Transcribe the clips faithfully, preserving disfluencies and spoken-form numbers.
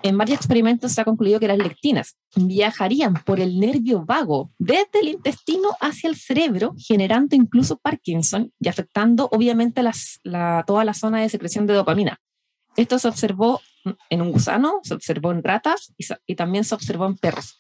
En varios experimentos se ha concluido que las lectinas viajarían por el nervio vago desde el intestino hacia el cerebro, generando incluso Parkinson y afectando obviamente las, la, toda la zona de secreción de dopamina. Esto se observó en un gusano, se observó en ratas y, y también se observó en perros.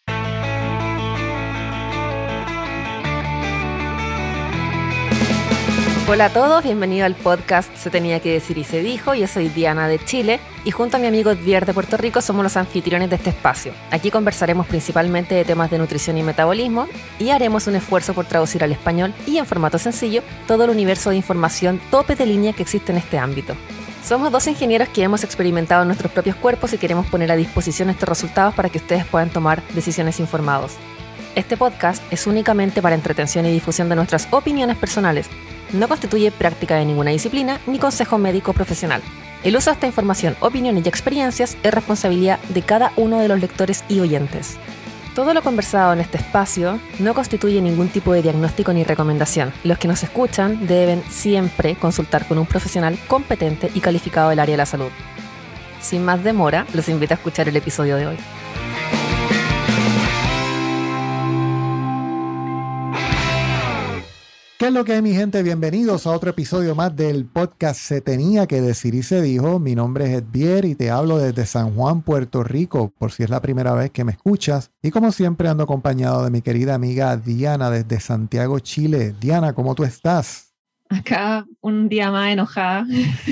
Hola a todos, bienvenido al podcast Se Tenía que Decir y Se Dijo. Yo soy Diana de Chile y junto a mi amigo Edvier de Puerto Rico somos los anfitriones de este espacio. Aquí conversaremos principalmente de temas de nutrición y metabolismo y haremos un esfuerzo por traducir al español y en formato sencillo todo el universo de información tope de línea que existe en este ámbito. Somos dos ingenieros que hemos experimentado en nuestros propios cuerpos y queremos poner a disposición estos resultados para que ustedes puedan tomar decisiones informados. Este podcast es únicamente para entretención y difusión de nuestras opiniones personales. No constituye práctica de ninguna disciplina ni consejo médico profesional. El uso de esta información, opiniones y experiencias es responsabilidad de cada uno de los lectores y oyentes. Todo lo conversado en este espacio no constituye ningún tipo de diagnóstico ni recomendación. Los que nos escuchan deben siempre consultar con un profesional competente y calificado del área de la salud. Sin más demora, los invito a escuchar el episodio de hoy. ¿Qué es lo que hay, mi gente? Bienvenidos a otro episodio más del podcast Se Tenía que Decir y Se Dijo. Mi nombre es Edvier y te hablo desde San Juan, Puerto Rico, por si es la primera vez que me escuchas. Y como siempre ando acompañado de mi querida amiga Diana desde Santiago, Chile. Diana, ¿cómo tú estás? Acá un día más enojada.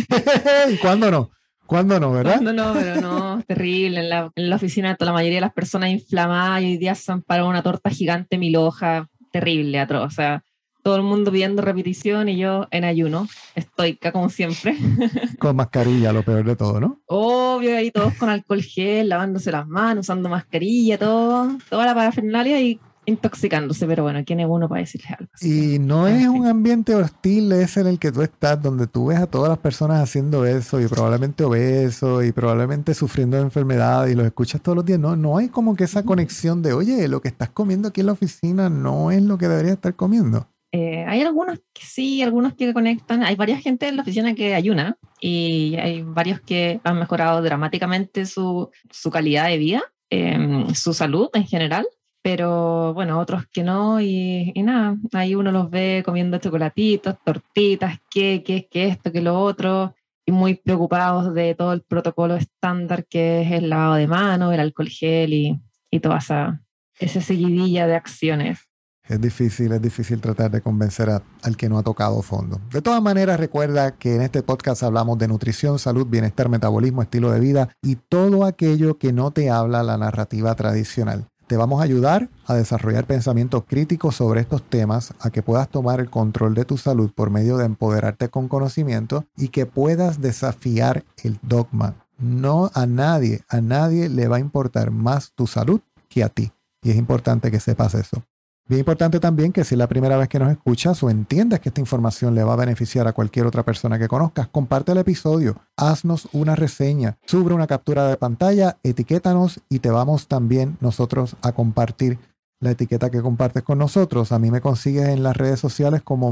¿Y cuándo no? ¿Cuándo no, verdad? ¿Cuándo no? Pero no, terrible. En la, en la oficina la mayoría de las personas inflamadas y hoy día se han parado una torta gigante mil hojas. Terrible, atroz. O sea, todo el mundo pidiendo repetición y yo en ayuno, estoica como siempre. Con mascarilla, lo peor de todo, ¿no? Obvio, ahí todos con alcohol gel, lavándose las manos, usando mascarilla, todo, toda la parafernalia y intoxicándose, pero bueno, ¿quién es uno para decirles algo? Y no es un ambiente hostil ese en el que tú estás, donde tú ves a todas las personas haciendo eso y probablemente obesos y probablemente sufriendo de enfermedades y los escuchas todos los días. No, no hay como que esa conexión de, oye, lo que estás comiendo aquí en la oficina no es lo que deberías estar comiendo. Eh, hay algunos que sí, algunos que conectan. Hay varias gente en la oficina que ayuna y hay varios que han mejorado dramáticamente su, su calidad de vida, eh, su salud en general, pero bueno, otros que no y, y nada, ahí uno los ve comiendo chocolatitos, tortitas, queques, que esto, que lo otro, y muy preocupados de todo el protocolo estándar que es el lavado de manos, el alcohol gel y, y toda esa, esa seguidilla de acciones. Es difícil, es difícil tratar de convencer a, al que no ha tocado fondo. De todas maneras, recuerda que en este podcast hablamos de nutrición, salud, bienestar, metabolismo, estilo de vida y todo aquello que no te habla la narrativa tradicional. Te vamos a ayudar a desarrollar pensamientos críticos sobre estos temas, a que puedas tomar el control de tu salud por medio de empoderarte con conocimiento y que puedas desafiar el dogma. No a nadie, a nadie le va a importar más tu salud que a ti. Y es importante que sepas eso. Bien importante también que si es la primera vez que nos escuchas o entiendas que esta información le va a beneficiar a cualquier otra persona que conozcas, comparte el episodio, haznos una reseña, sube una captura de pantalla, etiquétanos y te vamos también nosotros a compartir la etiqueta que compartes con nosotros. A mí me consigues en las redes sociales como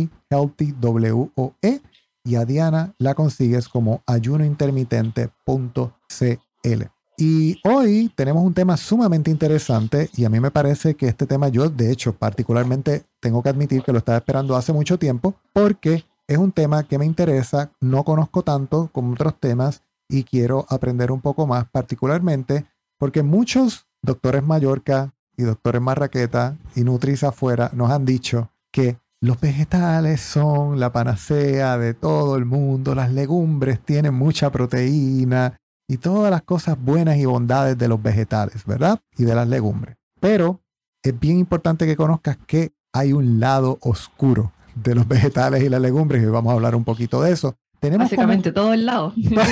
myhealthywoe y a Diana la consigues como ayuno intermitente punto c l. Y hoy tenemos un tema sumamente interesante y a mí me parece que este tema yo, de hecho, particularmente tengo que admitir que lo estaba esperando hace mucho tiempo porque es un tema que me interesa, no conozco tanto como otros temas y quiero aprender un poco más, particularmente porque muchos doctores Mallorca y doctores Marraqueta y Nutris afuera nos han dicho que los vegetales son la panacea de todo el mundo, las legumbres tienen mucha proteína y todas las cosas buenas y bondades de los vegetales, ¿verdad? Y de las legumbres. Pero es bien importante que conozcas que hay un lado oscuro de los vegetales y las legumbres y hoy vamos a hablar un poquito de eso. Tenemos Básicamente como... todo el lado. no,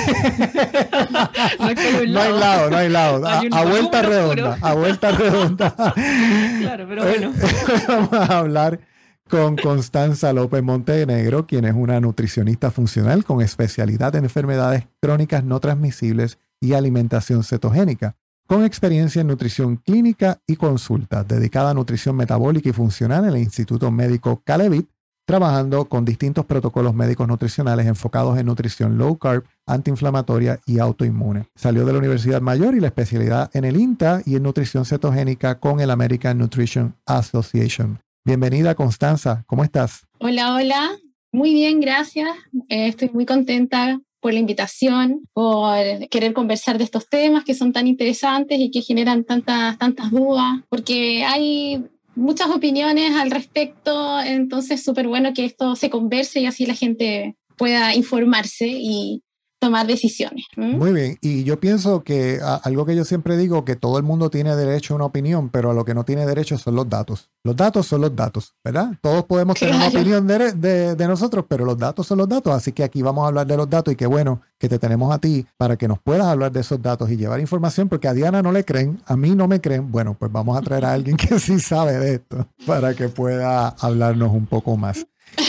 hay no hay lado, no hay lado. A, a vuelta redonda, a vuelta redonda. Claro, pero bueno. Vamos a hablar con Constanza López Montenegro, quien es una nutricionista funcional con especialidad en enfermedades crónicas no transmisibles y alimentación cetogénica, con experiencia en nutrición clínica y consulta, dedicada a nutrición metabólica y funcional en el Instituto Médico Calevit, trabajando con distintos protocolos médicos nutricionales enfocados en nutrición low carb, antiinflamatoria y autoinmune. Salió de la Universidad Mayor y la especialidad en el INTA y en nutrición cetogénica con el American Nutrition Association. Bienvenida, Constanza, ¿cómo estás? Hola, hola, muy bien, gracias. Eh, estoy muy contenta por la invitación, por querer conversar de estos temas que son tan interesantes y que generan tantas, tantas dudas, porque hay muchas opiniones al respecto, entonces súper bueno que esto se converse y así la gente pueda informarse y tomar decisiones. ¿Mm? Muy bien, y yo pienso que a, algo que yo siempre digo, que todo el mundo tiene derecho a una opinión, pero a lo que no tiene derecho son los datos. Los datos son los datos, ¿verdad? Todos podemos claro. tener una opinión de, de, de nosotros, pero los datos son los datos, así que aquí vamos a hablar de los datos y qué bueno que te tenemos a ti para que nos puedas hablar de esos datos y llevar información, porque a Diana no le creen, a mí no me creen. Bueno, pues vamos a traer a alguien que sí sabe de esto para que pueda hablarnos un poco más.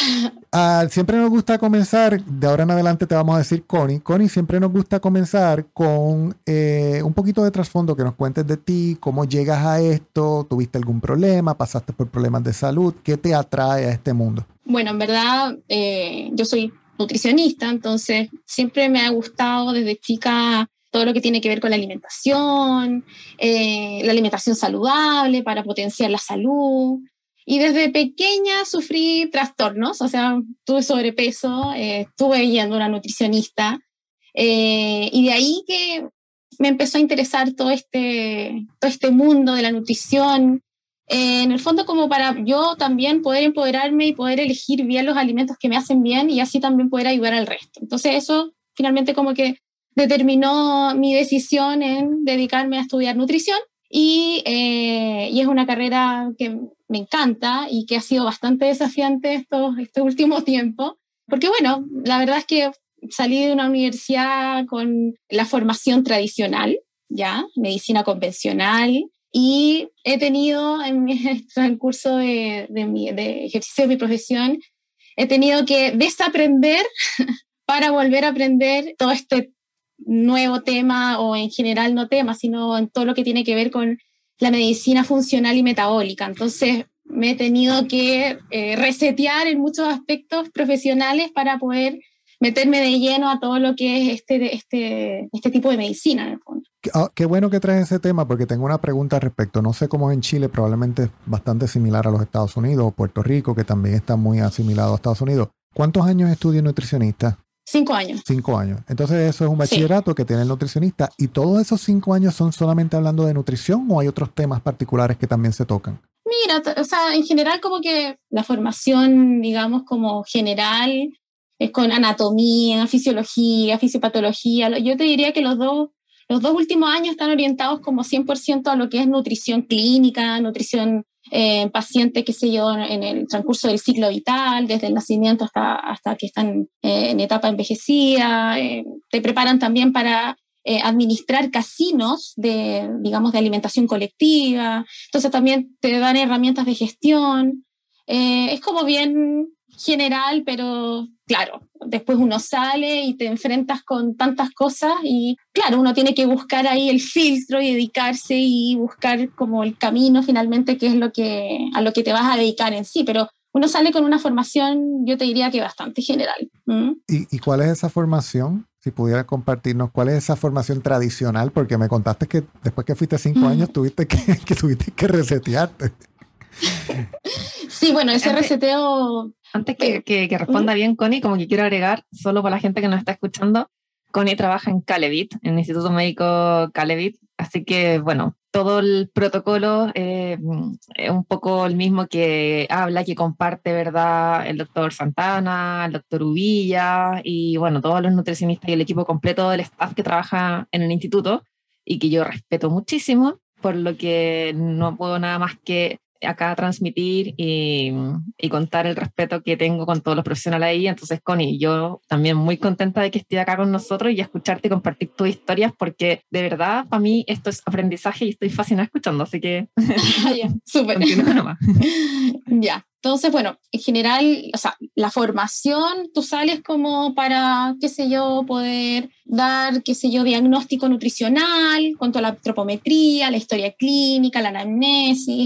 Uh, siempre nos gusta comenzar, de ahora en adelante te vamos a decir Connie. Connie, siempre nos gusta comenzar con eh, un poquito de trasfondo, que nos cuentes de ti, cómo llegas a esto, tuviste algún problema, pasaste por problemas de salud, ¿qué te atrae a este mundo? Bueno, en verdad eh, yo soy nutricionista, entonces siempre me ha gustado desde chica todo lo que tiene que ver con la alimentación, eh, la alimentación saludable para potenciar la salud. Y desde pequeña sufrí trastornos, o sea, tuve sobrepeso, eh, estuve yendo a una nutricionista, eh, y de ahí que me empezó a interesar todo este, todo este mundo de la nutrición, eh, en el fondo como para yo también poder empoderarme y poder elegir bien los alimentos que me hacen bien y así también poder ayudar al resto. Entonces eso finalmente como que determinó mi decisión en dedicarme a estudiar nutrición. Y, eh, y es una carrera que me encanta y que ha sido bastante desafiante estos, este último tiempo, porque bueno, la verdad es que salí de una universidad con la formación tradicional, ya, medicina convencional, y he tenido en mi transcurso de, de, mi, de ejercicio de mi profesión, he tenido que desaprender para volver a aprender todo este nuevo tema, o en general no tema, sino en todo lo que tiene que ver con la medicina funcional y metabólica. Entonces me he tenido que eh, resetear en muchos aspectos profesionales para poder meterme de lleno a todo lo que es este, este, este tipo de medicina en el fondo. Oh, qué bueno que traes ese tema, porque tengo una pregunta al respecto. No sé cómo es en Chile, probablemente es bastante similar a los Estados Unidos o Puerto Rico, que también está muy asimilado a Estados Unidos. ¿Cuántos años estudia nutricionista? Cinco años. Cinco años. Entonces eso es un bachillerato sí. que tiene el nutricionista. ¿Y todos esos cinco años son solamente hablando de nutrición o hay otros temas particulares que también se tocan? Mira, o sea, en general como que la formación, digamos, como general, es con anatomía, fisiología, fisiopatología. Yo te diría que los dos, los dos últimos años están orientados como cien por ciento a lo que es nutrición clínica, nutrición en eh, pacientes, qué sé yo, en el transcurso del ciclo vital, desde el nacimiento hasta, hasta que están eh, en etapa envejecida. Eh, te preparan también para eh, administrar casinos de, digamos, de alimentación colectiva. Entonces también te dan herramientas de gestión. Eh, es como bien general, pero claro, después uno sale y te enfrentas con tantas cosas y claro, uno tiene que buscar ahí el filtro y dedicarse y buscar como el camino finalmente, que es lo que, a lo que te vas a dedicar en sí, pero uno sale con una formación, yo te diría que bastante general. ¿Mm? ¿Y, ¿Y cuál es esa formación? Si pudieras compartirnos, ¿cuál es esa formación tradicional? Porque me contaste que después que fuiste cinco años tuviste que, que, tuviste que resetearte. Sí, bueno, ese antes, reseteo... Antes que, que, que responda bien, Connie, como que quiero agregar, solo para la gente que nos está escuchando, Connie trabaja en Calevit, en el Instituto Médico Calevit, así que, bueno, todo el protocolo eh, es un poco el mismo que habla, que comparte, ¿verdad?, el doctor Santana, el doctor Ubilla, y, bueno, todos los nutricionistas y el equipo completo del staff que trabaja en el instituto, y que yo respeto muchísimo, por lo que no puedo nada más que acá transmitir y, y contar el respeto que tengo con todos los profesionales ahí. Entonces, Connie, yo también muy contenta de que estés acá con nosotros y escucharte y compartir tus historias, porque de verdad para mí esto es aprendizaje y estoy fascinada escuchando, así que ya, súper. Continúa nomás. Ya, entonces, bueno, en general, o sea, la formación, tú sales como para, qué sé yo, poder dar, qué sé yo, diagnóstico nutricional, cuanto a la antropometría, la historia clínica, la anamnesis,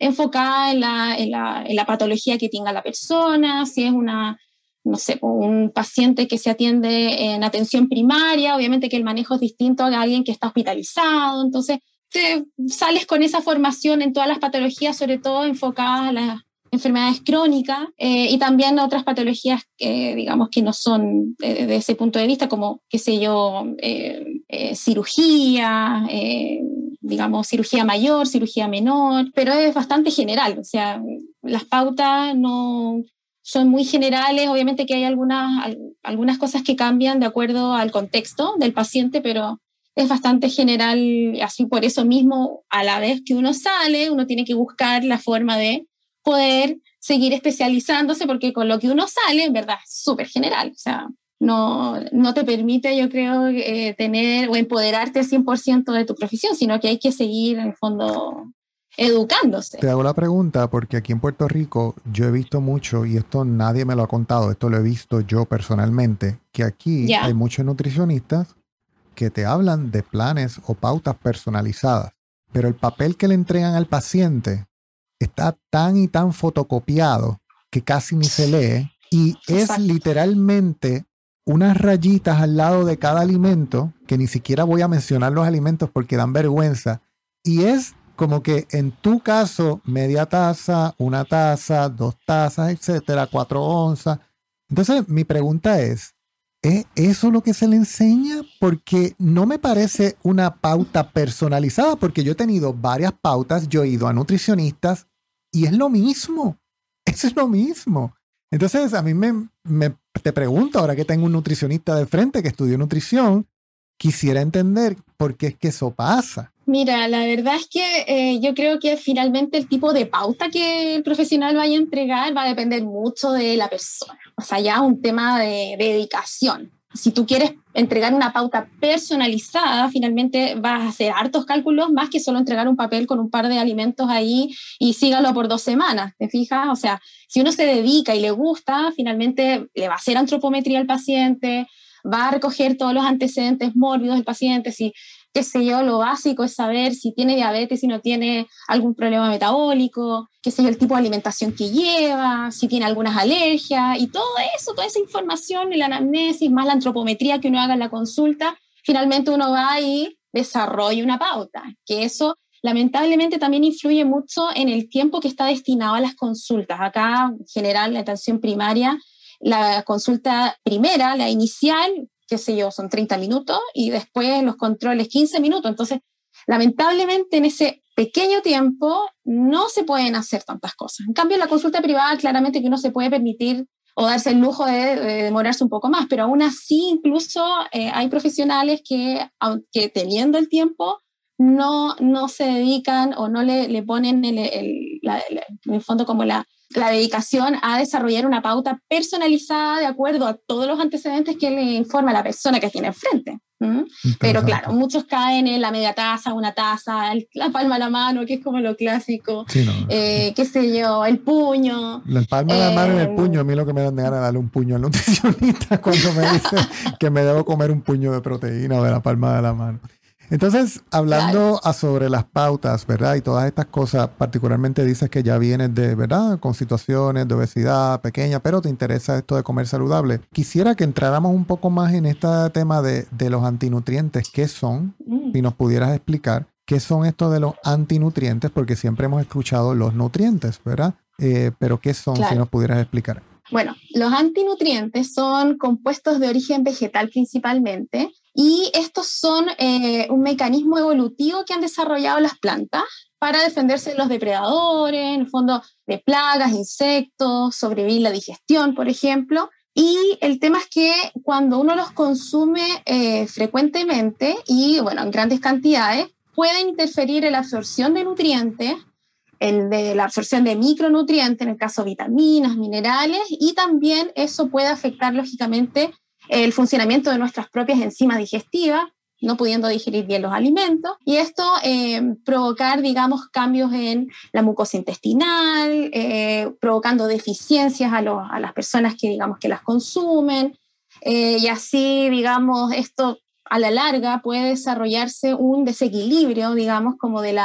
enfocada en la, en la, en la patología que tenga la persona, si es una, no sé, un paciente que se atiende en atención primaria, obviamente que el manejo es distinto a alguien que está hospitalizado, entonces te sales con esa formación en todas las patologías, sobre todo enfocadas a las enfermedades crónicas eh, y también a otras patologías que, digamos, que no son de, de ese punto de vista, como, qué sé yo, eh, eh, cirugía, eh, digamos, cirugía mayor, cirugía menor, pero es bastante general, o sea, las pautas no son muy generales, obviamente que hay algunas, algunas cosas que cambian de acuerdo al contexto del paciente, pero es bastante general, así por eso mismo, a la vez que uno sale, uno tiene que buscar la forma de poder seguir especializándose, porque con lo que uno sale, en verdad, es súper general, o sea, no, no te permite, yo creo, eh, tener o empoderarte al cien por ciento de tu profesión, sino que hay que seguir, en el fondo, educándose. Te hago la pregunta porque aquí en Puerto Rico yo he visto mucho, y esto nadie me lo ha contado, esto lo he visto yo personalmente, que aquí ¿Ya? hay muchos nutricionistas que te hablan de planes o pautas personalizadas, pero el papel que le entregan al paciente está tan y tan fotocopiado que casi ni se lee, y es Exacto. literalmente unas rayitas al lado de cada alimento, que ni siquiera voy a mencionar los alimentos porque dan vergüenza, y es como que en tu caso media taza, una taza, dos tazas, etcétera, cuatro onzas. Entonces mi pregunta es, ¿es eso lo que se le enseña? Porque no me parece una pauta personalizada, porque yo he tenido varias pautas, yo he ido a nutricionistas y es lo mismo, eso es lo mismo. Entonces a mí me, me te pregunto, ahora que tengo un nutricionista de frente que estudió nutrición, quisiera entender por qué es que eso pasa. Mira, la verdad es que eh, yo creo que finalmente el tipo de pauta que el profesional vaya a entregar va a depender mucho de la persona. O sea, ya un tema de, de dedicación. Si tú quieres entregar una pauta personalizada, finalmente vas a hacer hartos cálculos más que solo entregar un papel con un par de alimentos ahí y sígalo por dos semanas, ¿te fijas? O sea, si uno se dedica y le gusta, finalmente le va a hacer antropometría al paciente, va a recoger todos los antecedentes mórbidos del paciente, si qué sé yo, lo básico es saber si tiene diabetes, si no tiene algún problema metabólico, qué sé yo, el tipo de alimentación que lleva, si tiene algunas alergias, y todo eso, toda esa información, la anamnesis, más la antropometría que uno haga en la consulta, finalmente uno va y desarrolla una pauta, que eso lamentablemente también influye mucho en el tiempo que está destinado a las consultas. Acá, en general, la atención primaria, la consulta primera, la inicial, qué sé yo, son treinta minutos y después los controles quince minutos. Entonces, lamentablemente en ese pequeño tiempo no se pueden hacer tantas cosas. En cambio, en la consulta privada, claramente que uno se puede permitir o darse el lujo de, de demorarse un poco más, pero aún así incluso eh, hay profesionales que, aunque teniendo el tiempo, no, no se dedican o no le, le ponen el, el, la, la, en el fondo como la la dedicación a desarrollar una pauta personalizada de acuerdo a todos los antecedentes que le informa la persona que tiene enfrente. ¿Mm? Pero claro, muchos caen en la media taza, una taza, el, la palma de la mano, que es como lo clásico, sí, no. eh, qué sé yo, el puño. La palma de la eh, mano en el puño, a mí lo que me dan de ganas de darle un puño al nutricionista cuando me dice que me debo comer un puño de proteína de la palma de la mano. Entonces, hablando claro. sobre las pautas, ¿verdad? Y todas estas cosas, particularmente dices que ya vienes de, ¿verdad? Con situaciones de obesidad pequeña, pero te interesa esto de comer saludable. Quisiera que entráramos un poco más en este tema de, de los antinutrientes. ¿Qué son? Mm. Si nos pudieras explicar qué son estos de los antinutrientes, porque siempre hemos escuchado los nutrientes, ¿verdad? Eh, pero ¿qué son? Claro. Si nos pudieras explicar. Bueno, los antinutrientes son compuestos de origen vegetal principalmente, y estos son eh, un mecanismo evolutivo que han desarrollado las plantas para defenderse de los depredadores, en el fondo de plagas, insectos, sobrevivir la digestión, por ejemplo. Y el tema es que cuando uno los consume eh, frecuentemente y bueno, en grandes cantidades, pueden interferir en la absorción de nutrientes, en de la absorción de micronutrientes, en el caso de vitaminas, minerales, y también eso puede afectar lógicamente el funcionamiento de nuestras propias enzimas digestivas, no pudiendo digerir bien los alimentos, y esto eh, provocar, digamos, cambios en la mucosa intestinal, eh, provocando deficiencias a, lo, a las personas que, digamos, que las consumen, eh, y así, digamos, esto a la larga puede desarrollarse un desequilibrio, digamos, como de la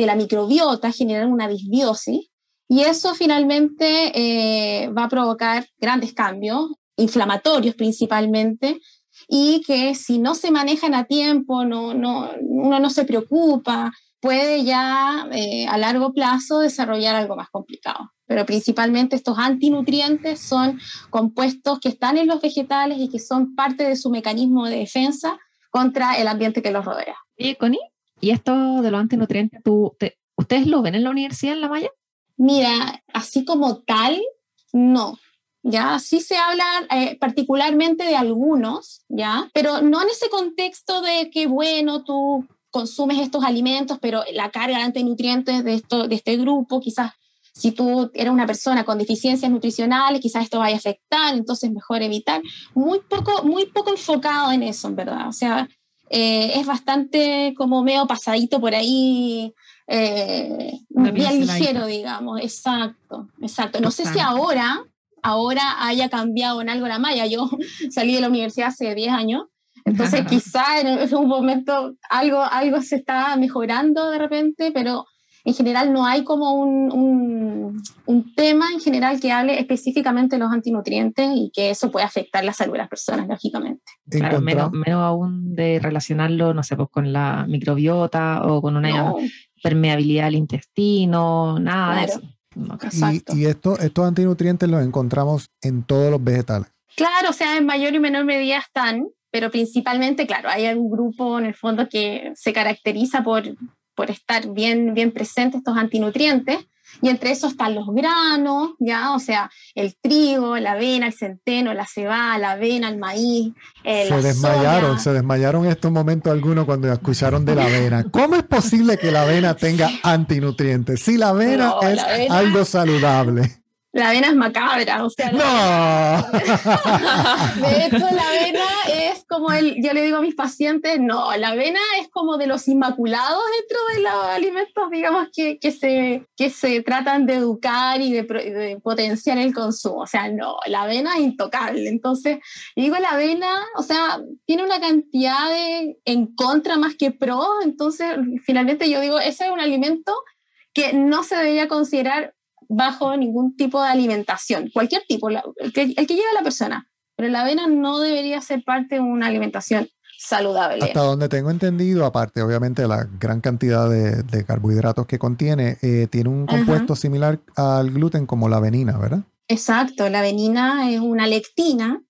de la microbiota, generan una disbiosis, y eso finalmente eh, va a provocar grandes cambios, inflamatorios principalmente, y que si no se manejan a tiempo, no, no, uno no se preocupa, puede ya eh, a largo plazo desarrollar algo más complicado. Pero principalmente estos antinutrientes son compuestos que están en los vegetales y que son parte de su mecanismo de defensa contra el ambiente que los rodea. Oye, Connie, ¿y esto de los antinutrientes, tú, te, ustedes lo ven en la universidad, en la Maya? Mira, así como tal, no. ¿Ya? Sí se habla eh, particularmente de algunos, ¿ya? Pero no en ese contexto de que, bueno, tú consumes estos alimentos, pero la carga de antinutrientes de, esto, de este grupo, quizás si tú eres una persona con deficiencias nutricionales, quizás esto vaya a afectar, entonces mejor evitar. Muy poco, muy poco enfocado en eso, en verdad. O sea, eh, es bastante como medio pasadito por ahí, eh, bien ligero, digamos. Exacto, exacto. No sé si ahora... ahora haya cambiado en algo la malla. Yo salí de la universidad hace diez años, entonces quizá en un momento algo, algo se está mejorando de repente, pero en general no hay como un, un, un tema en general que hable específicamente de los antinutrientes y que eso puede afectar la salud de las personas, lógicamente. Claro, menos, menos aún de relacionarlo, no sé, pues con la microbiota o con una no. permeabilidad al intestino, nada claro. de eso. No, y y esto, estos antinutrientes los encontramos en todos los vegetales. Claro, o sea, en mayor y menor medida están, pero principalmente, claro, hay un grupo en el fondo que se caracteriza por, por estar bien, bien presentes estos antinutrientes, y entre esos están los granos, ¿ya? O sea, el trigo, la avena, el centeno, la cebada, la avena, el maíz, eh, se la desmayaron, soya. Se desmayaron en estos momentos algunos cuando escucharon de la avena. ¿Cómo es posible que la avena tenga antinutrientes? Si la avena no, es la avena, algo saludable. La avena es macabra, o sea... ¡No! De hecho, la avena es como el... Yo le digo a mis pacientes, no, la avena es como de los inmaculados dentro de los alimentos, digamos, que, que, se, que se tratan de educar y de, de potenciar el consumo. O sea, no, la avena es intocable. Entonces, digo, la avena, o sea, tiene una cantidad de en contra más que pro. Entonces, finalmente yo digo, ese es un alimento que no se debería considerar bajo ningún tipo de alimentación, cualquier tipo, el que, el que lleva a la persona, pero la avena no debería ser parte de una alimentación saludable. Hasta donde tengo entendido, aparte obviamente de la gran cantidad de, de carbohidratos que contiene, eh, tiene un compuesto Ajá. similar al gluten como la avenina, ¿verdad? Exacto, la avenina es una lectina,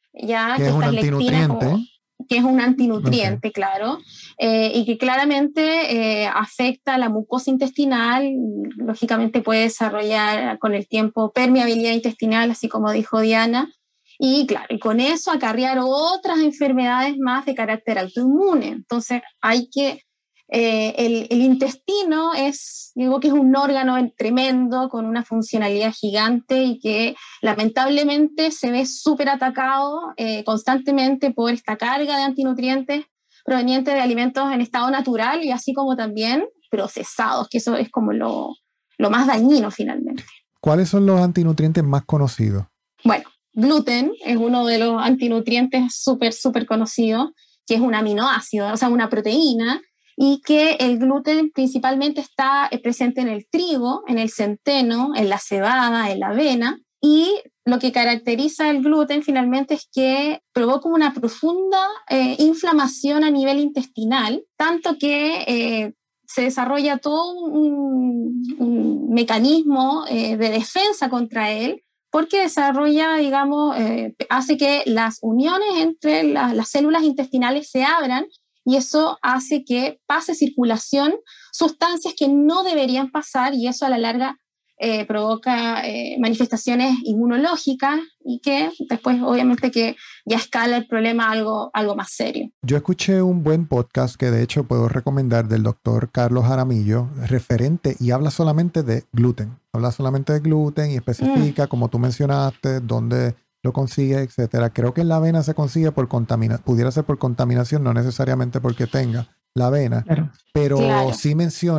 ya que, que es un antinutriente. Como, que es un antinutriente, okay. claro, eh, y que claramente eh, afecta la mucosa intestinal, lógicamente puede desarrollar con el tiempo permeabilidad intestinal, así como dijo Diana, y claro, y con eso acarrear otras enfermedades más de carácter autoinmune. Entonces hay que, eh, el, el intestino es, digo que es un órgano tremendo, con una funcionalidad gigante y que lamentablemente se ve súper atacado eh, constantemente por esta carga de antinutrientes provenientes de alimentos en estado natural y así como también procesados, que eso es como lo, lo más dañino finalmente. ¿Cuáles son los antinutrientes más conocidos? Bueno, gluten es uno de los antinutrientes súper, súper conocidos, que es un aminoácido, o sea, una proteína, y que el gluten principalmente está presente en el trigo, en el centeno, en la cebada, en la avena, y lo que caracteriza el gluten finalmente es que provoca una profunda eh, inflamación a nivel intestinal, tanto que eh, se desarrolla todo un, un mecanismo eh, de defensa contra él, porque desarrolla, digamos, eh, hace que las uniones entre la, las células intestinales se abran y eso hace que pase circulación sustancias que no deberían pasar y eso a la larga eh, provoca eh, manifestaciones inmunológicas y que después obviamente que ya escala el problema a algo, algo más serio. Yo escuché un buen podcast que de hecho puedo recomendar del doctor Carlos Jaramillo, referente y habla solamente de gluten. Habla solamente de gluten y especifica, mm. como tú mencionaste, dónde lo consigue, etcétera. Creo que en la avena se consigue por contaminación, pudiera ser por contaminación, no necesariamente porque tenga la avena, claro. pero claro. sí menciona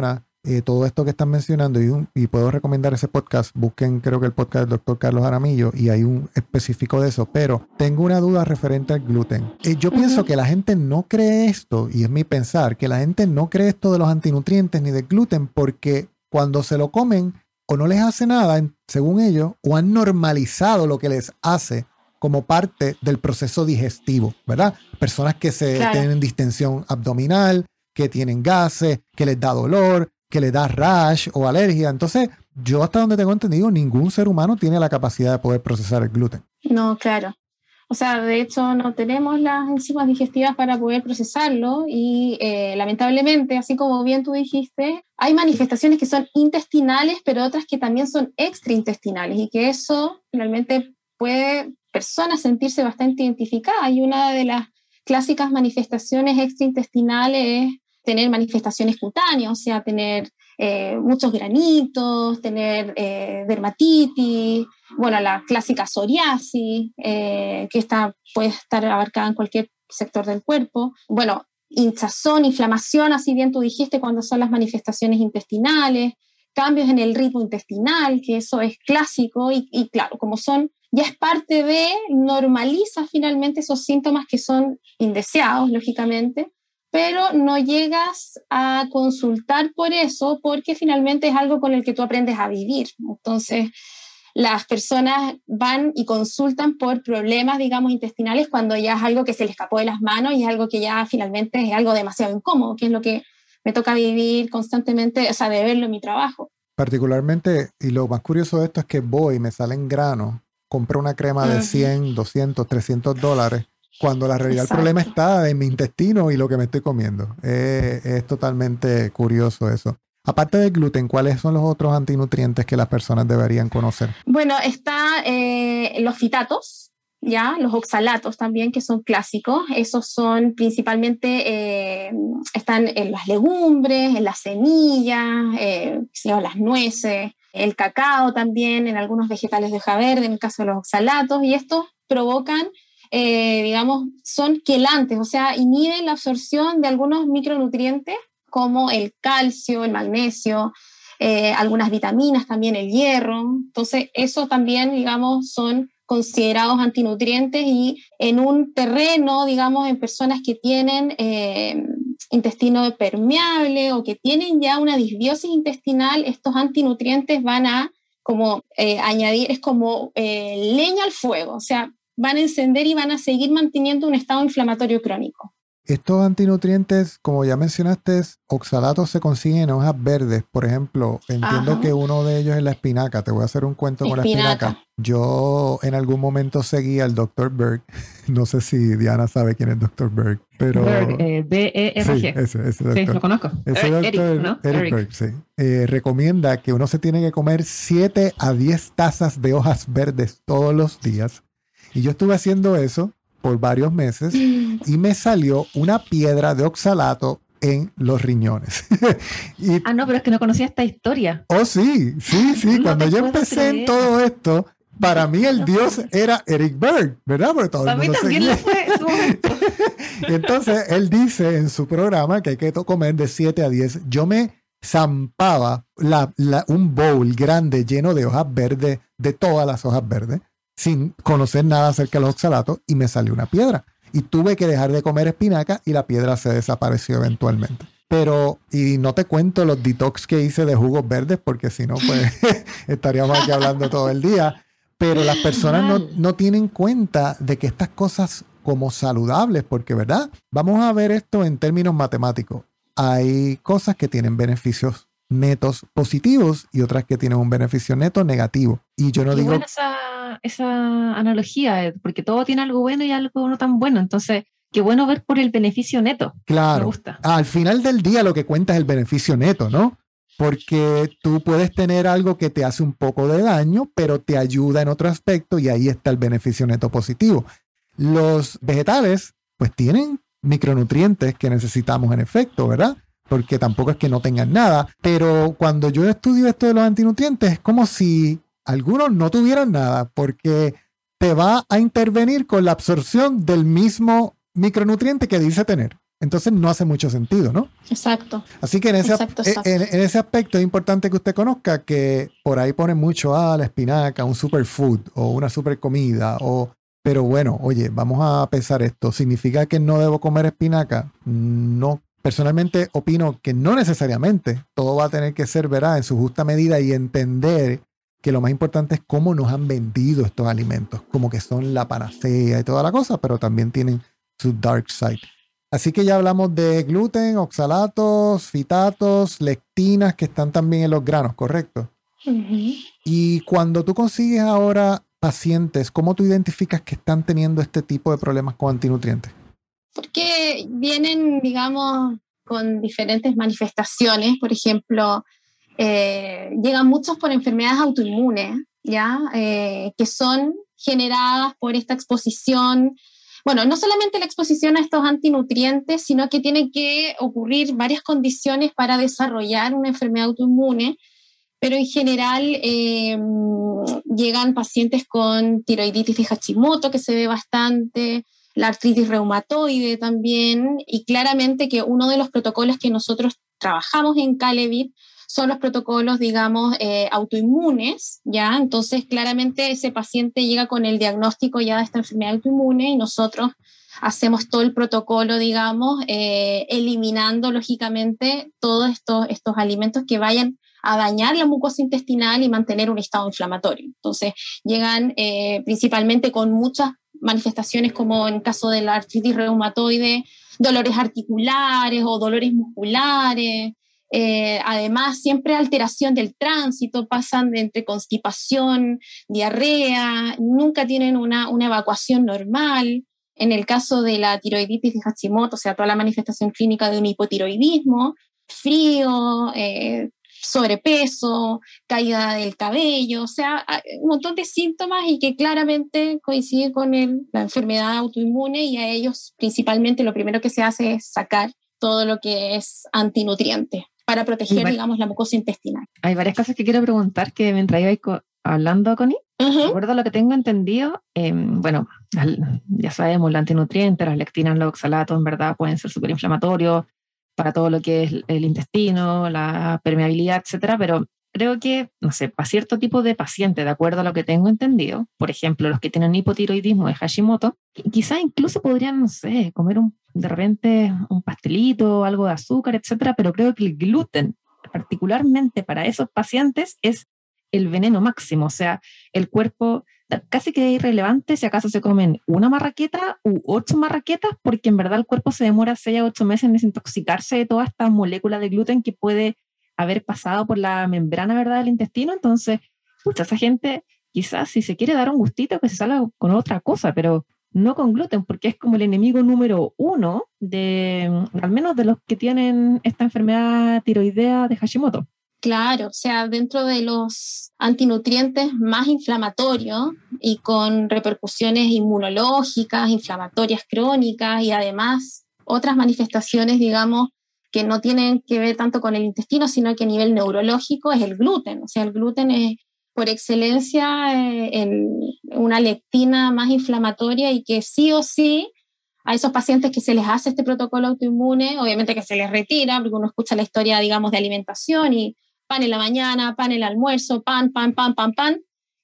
eh, todo esto que están mencionando, y, un, y puedo recomendar ese podcast, busquen creo que el podcast del doctor Carlos Jaramillo y hay un específico de eso, pero tengo una duda referente al gluten. Eh, yo uh-huh. pienso que la gente no cree esto, y es mi pensar, que la gente no cree esto de los antinutrientes ni del gluten porque cuando se lo comen o no les hace nada, según ellos, o han normalizado lo que les hace como parte del proceso digestivo, ¿verdad? Personas que se claro. tienen distensión abdominal, que tienen gases, que les da dolor, que les da rash o alergia. Entonces, yo hasta donde tengo entendido, ningún ser humano tiene la capacidad de poder procesar el gluten. No, claro. O sea, de hecho, no tenemos las enzimas digestivas para poder procesarlo y eh, lamentablemente, así como bien tú dijiste, hay manifestaciones que son intestinales, pero otras que también son extraintestinales y que eso finalmente puede personas sentirse bastante identificadas. Y una de las clásicas manifestaciones extraintestinales es tener manifestaciones cutáneas, o sea, tener eh, muchos granitos, tener eh, dermatitis, bueno, la clásica psoriasis, eh, que está, puede estar abarcada en cualquier sector del cuerpo. Bueno, hinchazón, inflamación, así bien tú dijiste, cuando son las manifestaciones intestinales, cambios en el ritmo intestinal, que eso es clásico, y, y claro, como son, ya es parte de, normaliza finalmente esos síntomas que son indeseados, lógicamente, pero no llegas a consultar por eso, porque finalmente es algo con el que tú aprendes a vivir. Entonces, las personas van y consultan por problemas, digamos, intestinales cuando ya es algo que se les escapó de las manos y es algo que ya finalmente es algo demasiado incómodo, que es lo que me toca vivir constantemente, o sea, de verlo en mi trabajo. Particularmente, y lo más curioso de esto es que voy y me salen granos, compro una crema de cien, doscientos, trescientos dólares, cuando la realidad Exacto. El problema está en mi intestino y lo que me estoy comiendo. Eh, es totalmente curioso eso. Aparte del gluten, ¿cuáles son los otros antinutrientes que las personas deberían conocer? Bueno, está eh, los fitatos, ¿ya? Los oxalatos también, que son clásicos. Esos son principalmente, eh, están en las legumbres, en las semillas, eh, las nueces, el cacao también, en algunos vegetales de hoja verde, en el caso de los oxalatos, y estos provocan, eh, digamos, son quelantes, o sea, inhiben la absorción de algunos micronutrientes como el calcio, el magnesio, eh, algunas vitaminas, también el hierro. Entonces, esos también, digamos, son considerados antinutrientes y en un terreno, digamos, en personas que tienen eh, intestino permeable o que tienen ya una disbiosis intestinal, estos antinutrientes van a como eh, añadir, es como eh, leña al fuego, o sea, van a encender y van a seguir manteniendo un estado inflamatorio crónico. Estos antinutrientes, como ya mencionaste, oxalatos se consiguen en hojas verdes. Por ejemplo, entiendo Ajá. que uno de ellos es la espinaca. Te voy a hacer un cuento espinaca. con la espinaca. Yo en algún momento seguí al doctor Berg. No sé si Diana sabe quién es doctor Berg, pero... Berg, eh, B E R G. Sí, ese, ese doctor. Sí, lo conozco. Ese doctor, Eric, ¿no? Eric, Eric Berg, sí. Eh, recomienda que uno se tiene que comer siete a diez tazas de hojas verdes todos los días. Y yo estuve haciendo eso por varios meses y me salió una piedra de oxalato en los riñones. y, ah, no, pero es que no conocía esta historia. Oh, sí, sí, sí. No Cuando yo empecé creer. en todo esto, para mí el no dios era Eric Berg, ¿verdad? Porque todo Para el mundo mí también seguía. lo fue en su momento. Entonces, él dice en su programa que hay que comer de siete a diez. Yo me zampaba la, la, un bowl grande lleno de hojas verdes, de todas las hojas verdes, sin conocer nada acerca de los oxalatos, y me salió una piedra. Y tuve que dejar de comer espinaca y la piedra se desapareció eventualmente. Pero, y no te cuento los detox que hice de jugos verdes, porque si no, pues estaríamos aquí hablando todo el día. Pero las personas no, no tienen cuenta de que estas cosas como saludables, porque, ¿verdad? Vamos a ver esto en términos matemáticos. Hay cosas que tienen beneficios netos positivos y otras que tienen un beneficio neto negativo. Y yo no Qué digo... buena esa, esa analogía, porque todo tiene algo bueno y algo no tan bueno. Entonces, qué bueno ver por el beneficio neto. Claro. Me gusta. Al final del día lo que cuenta es el beneficio neto, ¿no? Porque tú puedes tener algo que te hace un poco de daño, pero te ayuda en otro aspecto y ahí está el beneficio neto positivo. Los vegetales, pues tienen micronutrientes que necesitamos en efecto, ¿verdad? Porque tampoco es que no tengan nada, pero cuando yo estudio esto de los antinutrientes es como si algunos no tuvieran nada, porque te va a intervenir con la absorción del mismo micronutriente que dice tener. entonces no hace mucho sentido, ¿no? Exacto. Así que en ese, exacto, exacto. En, en ese aspecto es importante que usted conozca que por ahí ponen mucho a ah, la espinaca, un superfood o una super comida, o, pero bueno, oye, vamos a pensar esto. ¿Significa que no debo comer espinaca? No. Personalmente opino que no necesariamente. Todo va a tener que ser, ¿verdad?, en su justa medida y entender que lo más importante es cómo nos han vendido estos alimentos, como que son la panacea y toda la cosa, pero también tienen su dark side. Así que ya hablamos de gluten, oxalatos, fitatos, lectinas que están también en los granos, ¿correcto? Uh-huh. Y cuando tú consigues ahora pacientes, ¿cómo tú identificas que están teniendo este tipo de problemas con antinutrientes? Porque vienen, digamos, con diferentes manifestaciones. Por ejemplo, eh, llegan muchos por enfermedades autoinmunes, ¿ya? Eh, que son generadas por esta exposición. Bueno, no solamente la exposición a estos antinutrientes, sino que tienen que ocurrir varias condiciones para desarrollar una enfermedad autoinmune, pero en general eh, llegan pacientes con tiroiditis de Hashimoto, que se ve bastante, la artritis reumatoide también, y claramente que uno de los protocolos que nosotros trabajamos en Calevit son los protocolos, digamos, eh, autoinmunes, ¿ya? Entonces, claramente ese paciente llega con el diagnóstico ya de esta enfermedad autoinmune y nosotros hacemos todo el protocolo, digamos, eh, eliminando, lógicamente, todos estos, estos alimentos que vayan a dañar la mucosa intestinal y mantener un estado inflamatorio. Entonces, llegan eh, principalmente con muchas manifestaciones, como en el caso de la artritis reumatoide, dolores articulares o dolores musculares. Eh, además, siempre alteración del tránsito, pasan de entre constipación, diarrea, nunca tienen una, una evacuación normal. En el caso de la tiroiditis de Hashimoto, o sea, toda la manifestación clínica de un hipotiroidismo, frío, eh, sobrepeso, caída del cabello, o sea, un montón de síntomas y que claramente coinciden con el, la enfermedad autoinmune, y a ellos principalmente lo primero que se hace es sacar todo lo que es antinutriente para proteger, var- digamos, la mucosa intestinal. Hay varias cosas que quiero preguntar que mientras iba co- hablando, Connie. Uh-huh. De acuerdo a lo que tengo entendido, eh, bueno, al, ya sabemos, los antinutrientes, las lectinas, los oxalatos, en verdad pueden ser súper inflamatorios para todo lo que es el intestino, la permeabilidad, etcétera, pero creo que, no sé, para cierto tipo de pacientes, de acuerdo a lo que tengo entendido, por ejemplo, los que tienen hipotiroidismo de Hashimoto, quizás incluso podrían, no sé, comer un, de repente un pastelito, algo de azúcar, etcétera, pero creo que el gluten, particularmente para esos pacientes, es el veneno máximo. O sea, el cuerpo casi que es irrelevante si acaso se comen una marraqueta u ocho marraquetas, porque en verdad el cuerpo se demora seis a ocho meses en desintoxicarse de toda esta molécula de gluten que puede haber pasado por la membrana, ¿verdad?, del intestino. Entonces, pucha, esa gente quizás si se quiere dar un gustito que se salga con otra cosa, pero no con gluten, porque es como el enemigo número uno de, al menos de los que tienen esta enfermedad tiroidea de Hashimoto. Claro, o sea, dentro de los antinutrientes más inflamatorios y con repercusiones inmunológicas, inflamatorias crónicas y además otras manifestaciones, digamos, que no tienen que ver tanto con el intestino, sino que a nivel neurológico, es el gluten. O sea, el gluten es por excelencia eh, el, una lectina más inflamatoria y que sí o sí a esos pacientes que se les hace este protocolo autoinmune, obviamente que se les retira, porque uno escucha la historia, digamos, de alimentación y pan en la mañana, pan en el almuerzo, pan, pan, pan, pan, pan.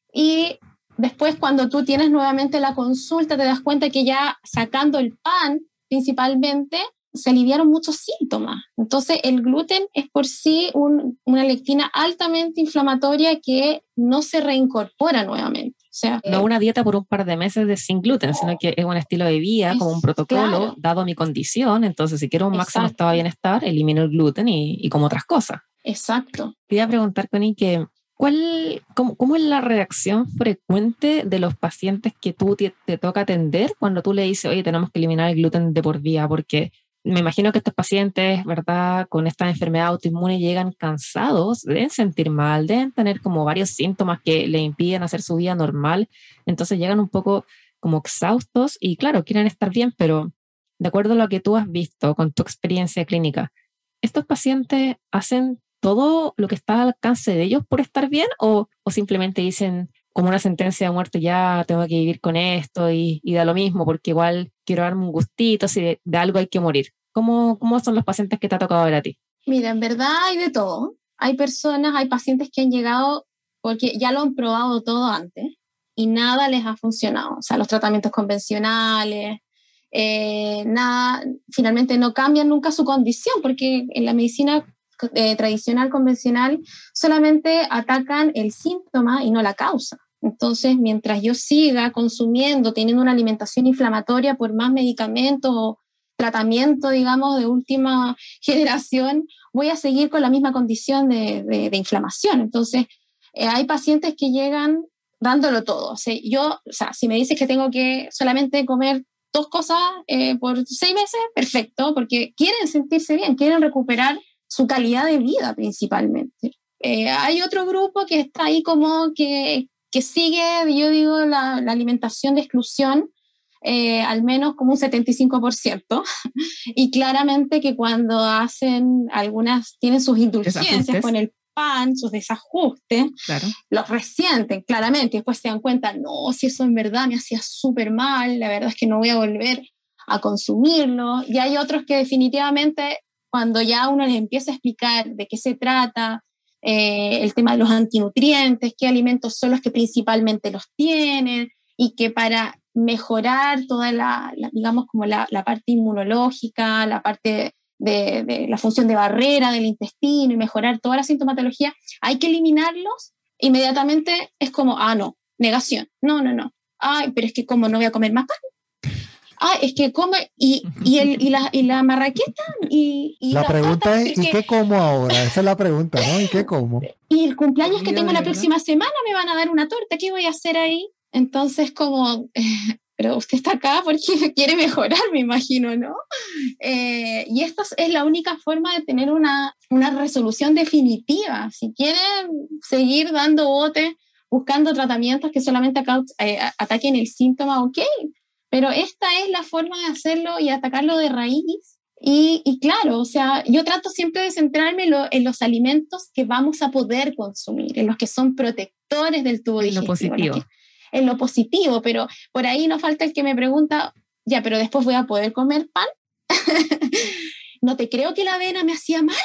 Y después cuando tú tienes nuevamente la consulta te das cuenta que ya sacando el pan principalmente se aliviaron muchos síntomas. Entonces el gluten es por sí un, una lectina altamente inflamatoria que no se reincorpora nuevamente. O sea, no eh, una dieta por un par de meses de sin gluten, sino que es un estilo de vida, es, como un protocolo, claro. dado mi condición. Entonces, si quiero un máximo Exacto. estado de bienestar, elimino el gluten y, y como otras cosas. Exacto. Te iba a preguntar, Connie, que ¿cuál, cómo, ¿cómo es la reacción frecuente de los pacientes que tú te, te toca atender cuando tú le dices, oye, tenemos que eliminar el gluten de por vida? Porque me imagino que estos pacientes, ¿verdad?, con esta enfermedad autoinmune llegan cansados, deben sentir mal, deben tener como varios síntomas que le impiden hacer su vida normal. Entonces llegan un poco como exhaustos y claro, quieren estar bien, pero de acuerdo a lo que tú has visto con tu experiencia clínica, ¿estos pacientes hacen todo lo que está al alcance de ellos por estar bien o, o simplemente dicen como una sentencia de muerte, ya tengo que vivir con esto y, y da lo mismo porque igual quiero darme un gustito, si de, de algo hay que morir? ¿Cómo, cómo son los pacientes que te ha tocado ver a ti? Mira, en verdad hay de todo. Hay personas, hay pacientes que han llegado porque ya lo han probado todo antes y nada les ha funcionado. O sea, los tratamientos convencionales, eh, nada, finalmente no cambian nunca su condición, porque en la medicina eh, tradicional, convencional, solamente atacan el síntoma y no la causa. Entonces, mientras yo siga consumiendo, teniendo una alimentación inflamatoria por más medicamentos o tratamiento, digamos, de última generación, voy a seguir con la misma condición de, de, de inflamación. Entonces, eh, hay pacientes que llegan dándolo todo. O sea, yo, o sea, si me dices que tengo que solamente comer dos cosas eh, por seis meses, perfecto, porque quieren sentirse bien, quieren recuperar su calidad de vida principalmente. Eh, hay otro grupo que está ahí como que, que sigue, yo digo, la, la alimentación de exclusión, Eh, al menos como un setenta y cinco por ciento, y claramente que cuando hacen algunas, tienen sus indulgencias Desajustes. con el pan, sus desajustes, Claro. los resienten claramente, y después se dan cuenta, no, si eso en verdad me hacía súper mal, la verdad es que no voy a volver a consumirlo, y hay otros que definitivamente cuando ya uno les empieza a explicar de qué se trata, eh, el tema de los antinutrientes, qué alimentos son los que principalmente los tienen, y que para mejorar toda la, la digamos, como la, la parte inmunológica, la parte de, de la función de barrera del intestino y mejorar toda la sintomatología, hay que eliminarlos, inmediatamente es como, ah, no, negación, no, no, no, ay, pero es que como no voy a comer más pan, ay, es que como, y, y, el, y, la, y la marraqueta, y, y La la pregunta torta, es, ¿y que, qué como ahora? Esa es la pregunta, ¿no? ¿Y qué como? y el cumpleaños que Mira, tengo de la verdad. próxima semana me van a dar una torta, ¿qué voy a hacer ahí? Entonces, como, eh, pero usted está acá porque quiere mejorar, me imagino, ¿no? Eh, y esta es la única forma de tener una, una resolución definitiva. Si quieren seguir dando botes, buscando tratamientos que solamente acá, eh, ataquen el síntoma, ok, pero esta es la forma de hacerlo y atacarlo de raíz. Y, y claro, o sea, yo trato siempre de centrarme en, lo, en los alimentos que vamos a poder consumir, en los que son protectores del tubo En lo digestivo, positivo. los que, en lo positivo, pero por ahí no falta el que me pregunta, ya, pero después voy a poder comer pan. No te creo que la avena me hacía mal.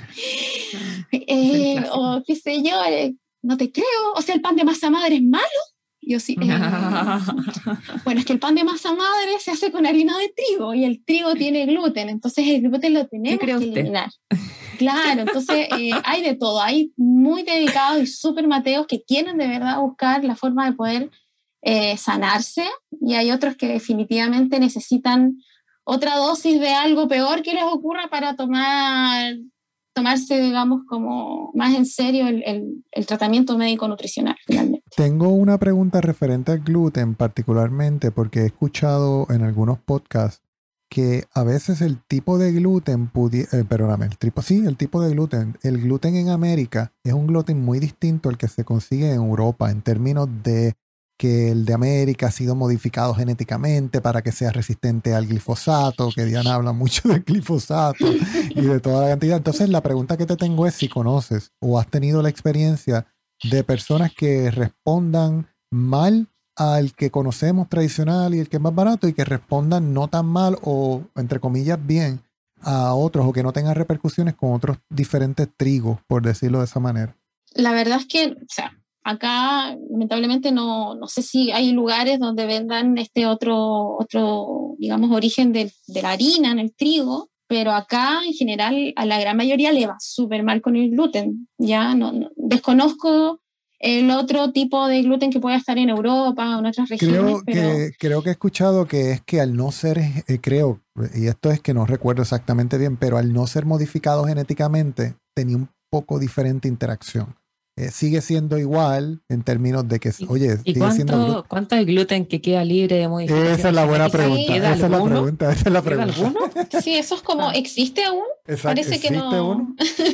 Eh, o qué sé yo, eh, no te creo. O sea, el pan de masa madre es malo. Yo sí. Eh, bueno, es que el pan de masa madre se hace con harina de trigo y el trigo tiene gluten, entonces el gluten lo tenemos que usted? eliminar. Claro, entonces eh, hay de todo, hay muy dedicados y súper mateos que quieren de verdad buscar la forma de poder eh, sanarse, y hay otros que definitivamente necesitan otra dosis de algo peor que les ocurra para tomar, tomarse, digamos, como más en serio el, el, el tratamiento médico-nutricional finalmente. Tengo una pregunta referente al gluten particularmente porque he escuchado en algunos podcasts que a veces el tipo de gluten, pudi- eh, perdóname, el tipo, sí, el tipo de gluten, el gluten en América es un gluten muy distinto al que se consigue en Europa en términos de que el de América ha sido modificado genéticamente para que sea resistente al glifosato, que Diana habla mucho del glifosato y de toda la cantidad. Entonces la pregunta que te tengo es si conoces o has tenido la experiencia de personas que respondan mal al que conocemos tradicional y el que es más barato, y que respondan no tan mal o, entre comillas, bien a otros, o que no tengan repercusiones con otros diferentes trigos, por decirlo de esa manera. La verdad es que, o sea, acá lamentablemente no, no sé si hay lugares donde vendan este otro, otro digamos, origen de, de la harina en el trigo, pero acá en general a la gran mayoría le va súper mal con el gluten. Ya no, no desconozco el otro tipo de gluten que pueda estar en Europa o en otras regiones. Creo, pero... que, creo que he escuchado que es que al no ser, eh, creo, y esto es que no recuerdo exactamente bien, pero al no ser modificado genéticamente, tenía un poco diferente interacción. Eh, sigue siendo igual en términos de que, ¿Y, oye, ¿y sigue siendo cuánto, gluten. cuánto es gluten que queda libre de modificación? Esa es la buena genética? pregunta. ¿Queda Esa es la alguno? pregunta. Esa es la ¿Queda pregunta. alguno? Sí, eso es como, ¿existe aún? Exacto. Parece que ¿Existe no. uno?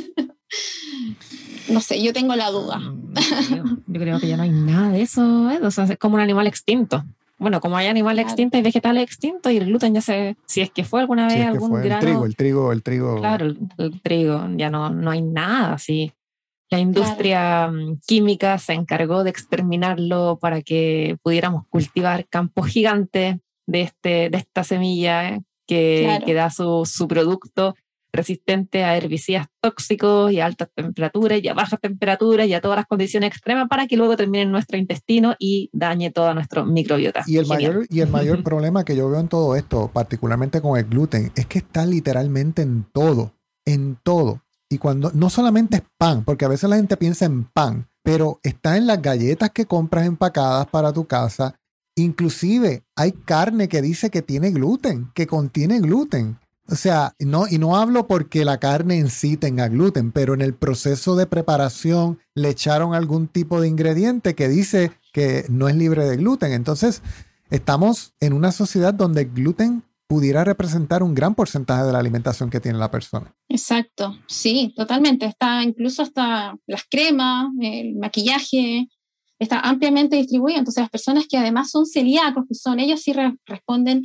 No sé, yo tengo la duda. Mm, yo, yo creo que ya no hay nada de eso, ¿eh? O sea, es como un animal extinto. Bueno, como hay animales Claro. extintos y vegetales extintos, y el gluten ya se, si es que fue alguna Si vez es que algún fue el grano, trigo, el trigo, el trigo. claro, el, el trigo, ya no, no hay nada así. La industria claro. química se encargó de exterminarlo para que pudiéramos cultivar campos gigantes de, este, de esta semilla, ¿eh? que, Claro. que da su, su producto resistente a herbicidas tóxicos y a altas temperaturas y a bajas temperaturas y a todas las condiciones extremas para que luego termine en nuestro intestino y dañe todo nuestro microbiota. Y el Genial. mayor, y el mayor problema que yo veo en todo esto, particularmente con el gluten, es que está literalmente en todo, en todo. Y cuando no solamente es pan, porque a veces la gente piensa en pan, pero está en las galletas que compras empacadas para tu casa. Inclusive hay carne que dice que tiene gluten, que contiene gluten. O sea, no, y no hablo porque la carne en sí tenga gluten, pero en el proceso de preparación le echaron algún tipo de ingrediente que dice que no es libre de gluten. Entonces, estamos en una sociedad donde el gluten pudiera representar un gran porcentaje de la alimentación que tiene la persona. Exacto, sí, totalmente. Está incluso hasta las cremas, el maquillaje, está ampliamente distribuido. Entonces las personas que además son celíacos, que son ellos sí re- responden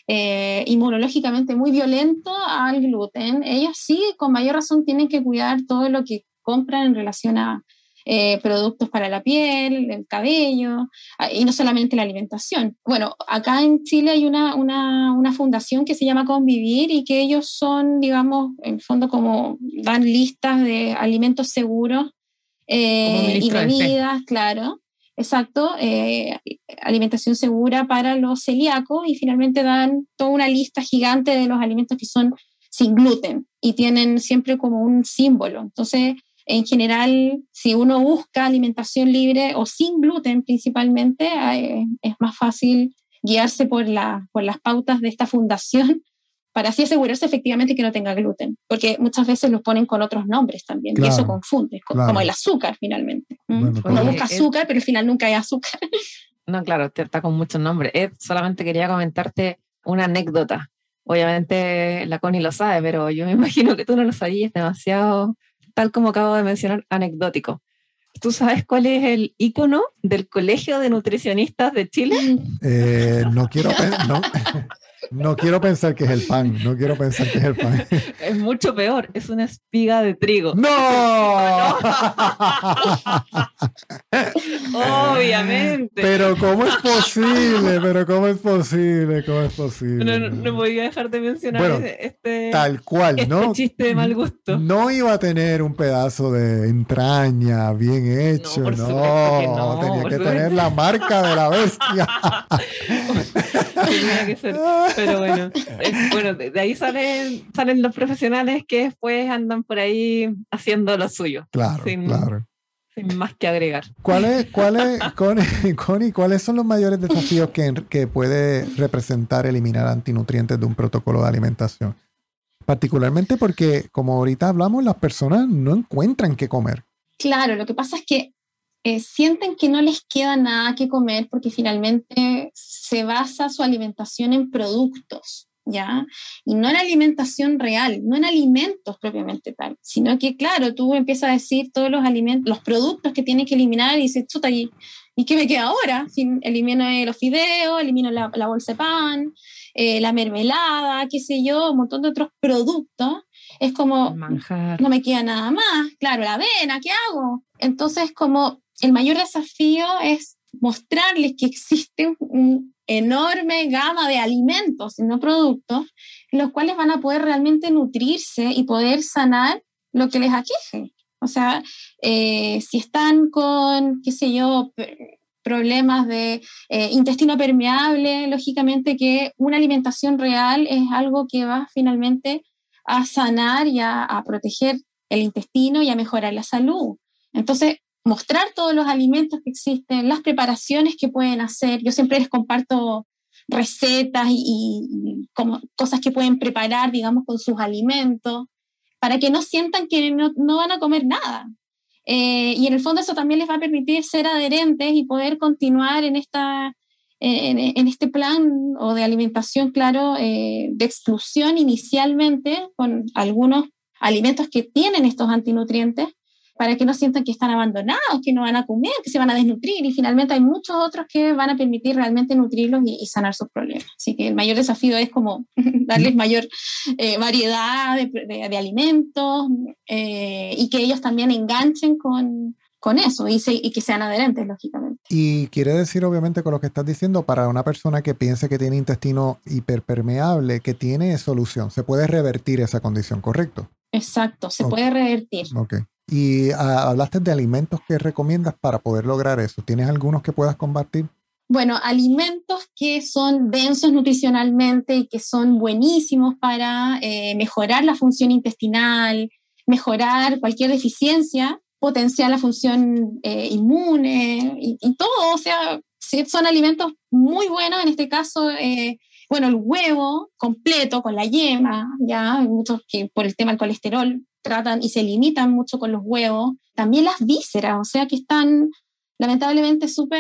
eh, inmunológicamente muy violento al gluten, ellos sí con mayor razón tienen que cuidar todo lo que compran en relación a eh, productos para la piel, el cabello, y no solamente la alimentación. Bueno, acá en Chile hay una, una, una fundación que se llama Convivir y que ellos son, digamos, en el fondo como dan listas de alimentos seguros eh, y bebidas, claro, exacto, eh, alimentación segura para los celíacos y finalmente dan toda una lista gigante de los alimentos que son sin gluten y tienen siempre como un símbolo. Entonces, en general, si uno busca alimentación libre o sin gluten principalmente, eh, es más fácil guiarse por, la, por las pautas de esta fundación para así asegurarse efectivamente que no tenga gluten, porque muchas veces los ponen con otros nombres también, Claro, y eso confunde, claro. Como el azúcar finalmente. ¿Mm? Bueno, Uno Oye, busca azúcar, Ed, pero al final nunca hay azúcar. No, claro, está con muchos nombres. Ed, solamente quería comentarte una anécdota. Obviamente la Connie lo sabe, pero yo me imagino que tú no lo sabías, es demasiado, tal como acabo de mencionar, anecdótico. ¿Tú sabes cuál es el ícono del Colegio de Nutricionistas de Chile? Eh, no quiero pen- no, no quiero pensar que es el pan. No quiero pensar que es el pan. Es mucho peor, es una espiga de trigo. ¡No! Obviamente. Pero ¿cómo es posible? Pero ¿cómo es posible? ¿Cómo es posible? No, no, no podía dejar de mencionar Bueno, este, tal cual, este ¿no? chiste de mal gusto. No iba a tener un pedazo de entraña bien hecho, No, por no. supuesto que no, Tenía por que supuesto. tener la marca de la bestia. Tenía que ser, pero bueno, eh, bueno, de, de ahí salen, salen los profesionales que después andan por ahí haciendo lo suyo. Claro, sin, claro. sin más que agregar. ¿Cuáles, cuáles, Connie, Connie, ¿cuáles son los mayores desafíos que, que puede representar eliminar antinutrientes de un protocolo de alimentación? Particularmente porque, como ahorita hablamos, las personas no encuentran qué comer. Claro, lo que pasa es que eh, sienten que no les queda nada que comer porque finalmente se basa su alimentación en productos, ¿ya? Y no en alimentación real, no en alimentos propiamente tal, sino que, claro, tú empiezas a decir todos los alimentos, los productos que tienes que eliminar y dices, chuta, ¿y, ¿y qué me queda ahora? Si elimino los fideos, elimino la, la bolsa de pan, eh, la mermelada, qué sé yo, un montón de otros productos. Es como, Manjar. no me queda nada más, claro, la avena, ¿qué hago? Entonces, como el mayor desafío es mostrarles que existe una enorme gama de alimentos y no productos, los cuales van a poder realmente nutrirse y poder sanar lo que les aqueje. O sea, eh, si están con, qué sé yo, problemas de eh, intestino permeable, lógicamente que una alimentación real es algo que va finalmente a sanar y a, a proteger el intestino y a mejorar la salud. Entonces, mostrar todos los alimentos que existen, las preparaciones que pueden hacer. Yo siempre les comparto recetas y, y como cosas que pueden preparar, digamos, con sus alimentos, para que no sientan que no, no van a comer nada. Eh, y en el fondo eso también les va a permitir ser adherentes y poder continuar en esta... En, en este plan o de alimentación, claro, eh, de exclusión inicialmente con algunos alimentos que tienen estos antinutrientes para que no sientan que están abandonados, que no van a comer, que se van a desnutrir y finalmente hay muchos otros que van a permitir realmente nutrirlos y, y sanar sus problemas. Así que el mayor desafío es como darles mayor eh, variedad de, de, de alimentos eh, y que ellos también enganchen con, con eso y, se, y que sean adherentes, lógicamente. Y quiere decir, obviamente, con lo que estás diciendo, para una persona que piense que tiene intestino hiperpermeable, que tiene solución, se puede revertir esa condición, ¿correcto? Exacto, se Okay. puede revertir. Ok. Y uh, hablaste de alimentos que recomiendas para poder lograr eso. ¿Tienes algunos que puedas compartir? Bueno, alimentos que son densos nutricionalmente y que son buenísimos para eh, mejorar la función intestinal, mejorar cualquier deficiencia, potenciar la función eh, inmune y, y todo. O sea, son alimentos muy buenos. En este caso, eh, bueno, el huevo completo con la yema, ya hay muchos que por el tema del colesterol tratan y se limitan mucho con los huevos. También las vísceras, o sea, que están lamentablemente súper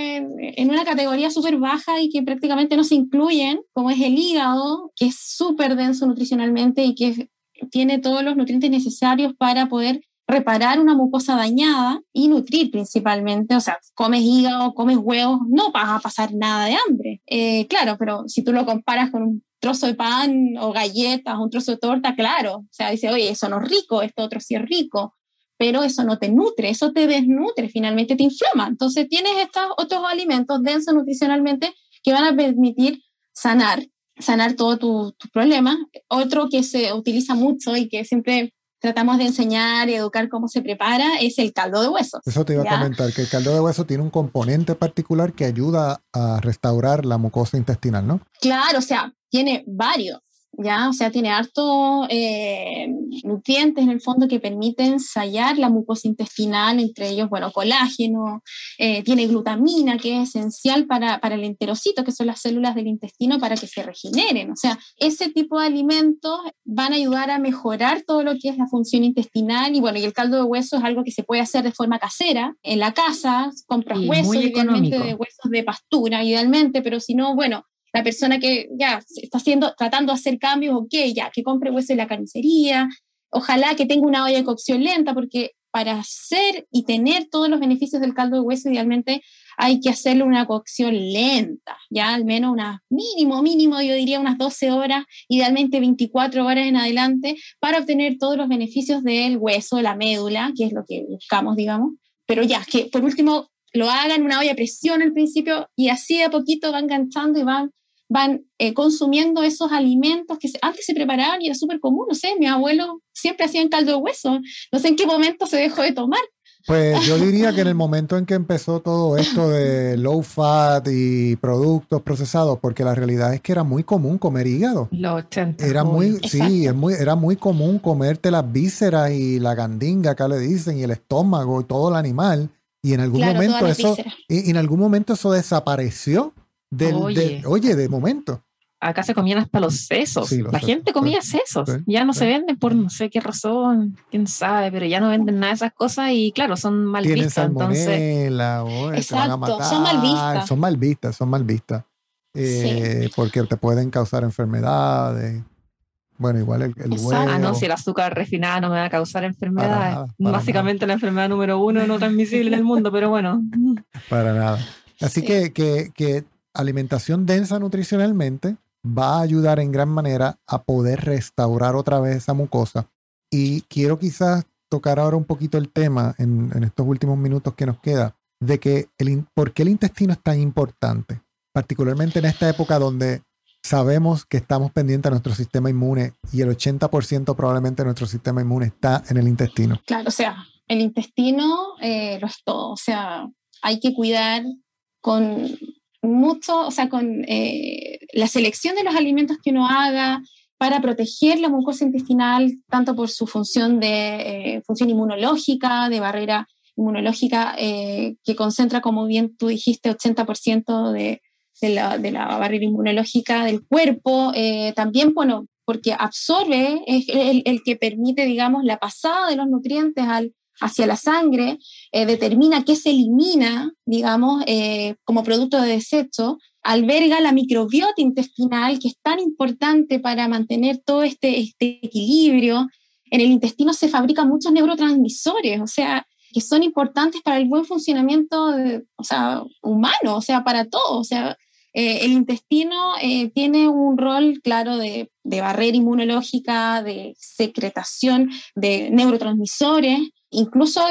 en una categoría súper baja y que prácticamente no se incluyen, como es el hígado, que es súper denso nutricionalmente y que tiene todos los nutrientes necesarios para poder reparar una mucosa dañada y nutrir principalmente. O sea, comes hígado, comes huevos, no vas a pasar nada de hambre. Eh, claro, pero si tú lo comparas con un trozo de pan o galletas, un trozo de torta, claro. O sea, dice, oye, eso no es rico, esto otro sí es rico. Pero eso no te nutre, eso te desnutre, finalmente te inflama. Entonces tienes estos otros alimentos densos nutricionalmente que van a permitir sanar, sanar todos tus tu problemas. Otro que se utiliza mucho y que siempre tratamos de enseñar y educar cómo se prepara es el caldo de huesos. Eso te iba ¿ya? a comentar, que el caldo de hueso tiene un componente particular que ayuda a restaurar la mucosa intestinal, ¿no? Claro, o sea, tiene varios. ¿Ya? O sea, tiene hartos eh, nutrientes en el fondo que permiten sellar la mucosa intestinal, entre ellos, bueno, colágeno, eh, tiene glutamina, que es esencial para, para el enterocito, que son las células del intestino, para que se regeneren. O sea, ese tipo de alimentos van a ayudar a mejorar todo lo que es la función intestinal. Y bueno, y el caldo de hueso es algo que se puede hacer de forma casera, en la casa, compras y huesos, idealmente de huesos de pastura, idealmente, pero si no, bueno, la persona que ya está haciendo, tratando de hacer cambios, ok, ya, que compre hueso en la carnicería, ojalá que tenga una olla de cocción lenta, porque para hacer y tener todos los beneficios del caldo de hueso, idealmente hay que hacerle una cocción lenta, ya al menos unas mínimo, mínimo, yo diría unas doce horas, idealmente veinticuatro horas en adelante, para obtener todos los beneficios del hueso, de la médula, que es lo que buscamos, digamos. Pero ya, que por último lo hagan una olla a presión al principio y así de a poquito van enganchando y van van eh, consumiendo esos alimentos que se, antes se preparaban y era súper común, no sé, mi abuelo siempre hacían caldo de hueso, no sé en qué momento se dejó de tomar. Pues yo diría que en el momento en que empezó todo esto de low fat y productos procesados, porque la realidad es que era muy común comer hígado. Los ochenta. Era muy, Exacto. sí, es muy, era muy común comerte las vísceras y la gandinga, acá le dicen, y el estómago y todo el animal, y en algún claro, momento eso, y en algún momento eso desapareció. Del, oye. De, oye, de momento. Acá se comían hasta los sesos. Sí, los la sesos, gente comía sí, sesos. sí, ya no sí. se venden por no sé qué razón, quién sabe, pero ya no venden nada de esas cosas y claro, son mal Tienen vistas. salmonela, Entonces, oh, exacto, te van a matar. son mal vistas. Son mal vistas, son mal vistas. Eh, sí. Porque te pueden causar enfermedades. Bueno, igual el, el huevo. Ah, no, si el azúcar refinada no me va a causar enfermedades. Para nada, para Básicamente nada. la enfermedad número uno no transmisible en el mundo, pero bueno. Para nada. Así Sí. que, que, que alimentación densa nutricionalmente va a ayudar en gran manera a poder restaurar otra vez esa mucosa. Y quiero quizás tocar ahora un poquito el tema en, en estos últimos minutos que nos queda, de que el, por qué el intestino es tan importante, particularmente en esta época donde sabemos que estamos pendientes de nuestro sistema inmune y el ochenta por ciento probablemente de nuestro sistema inmune está en el intestino. Claro, o sea, el intestino eh, lo es todo, o sea, hay que cuidar con mucho, o sea, con eh, la selección de los alimentos que uno haga para proteger la mucosa intestinal, tanto por su función de eh, función inmunológica, de barrera inmunológica, eh, que concentra, como bien tú dijiste, ochenta por ciento de, de, la, de la barrera inmunológica del cuerpo, eh, también, bueno, porque absorbe, es el, el que permite, digamos, la pasada de los nutrientes al hacia la sangre, eh, determina qué se elimina, digamos, eh, como producto de desecho, alberga la microbiota intestinal, que es tan importante para mantener todo este, este equilibrio. En el intestino se fabrican muchos neurotransmisores, o sea, que son importantes para el buen funcionamiento de, o sea, humano, o sea, para todo. O sea, eh, el intestino eh, tiene un rol, claro, de, de barrera inmunológica, de secretación de neurotransmisores. Incluso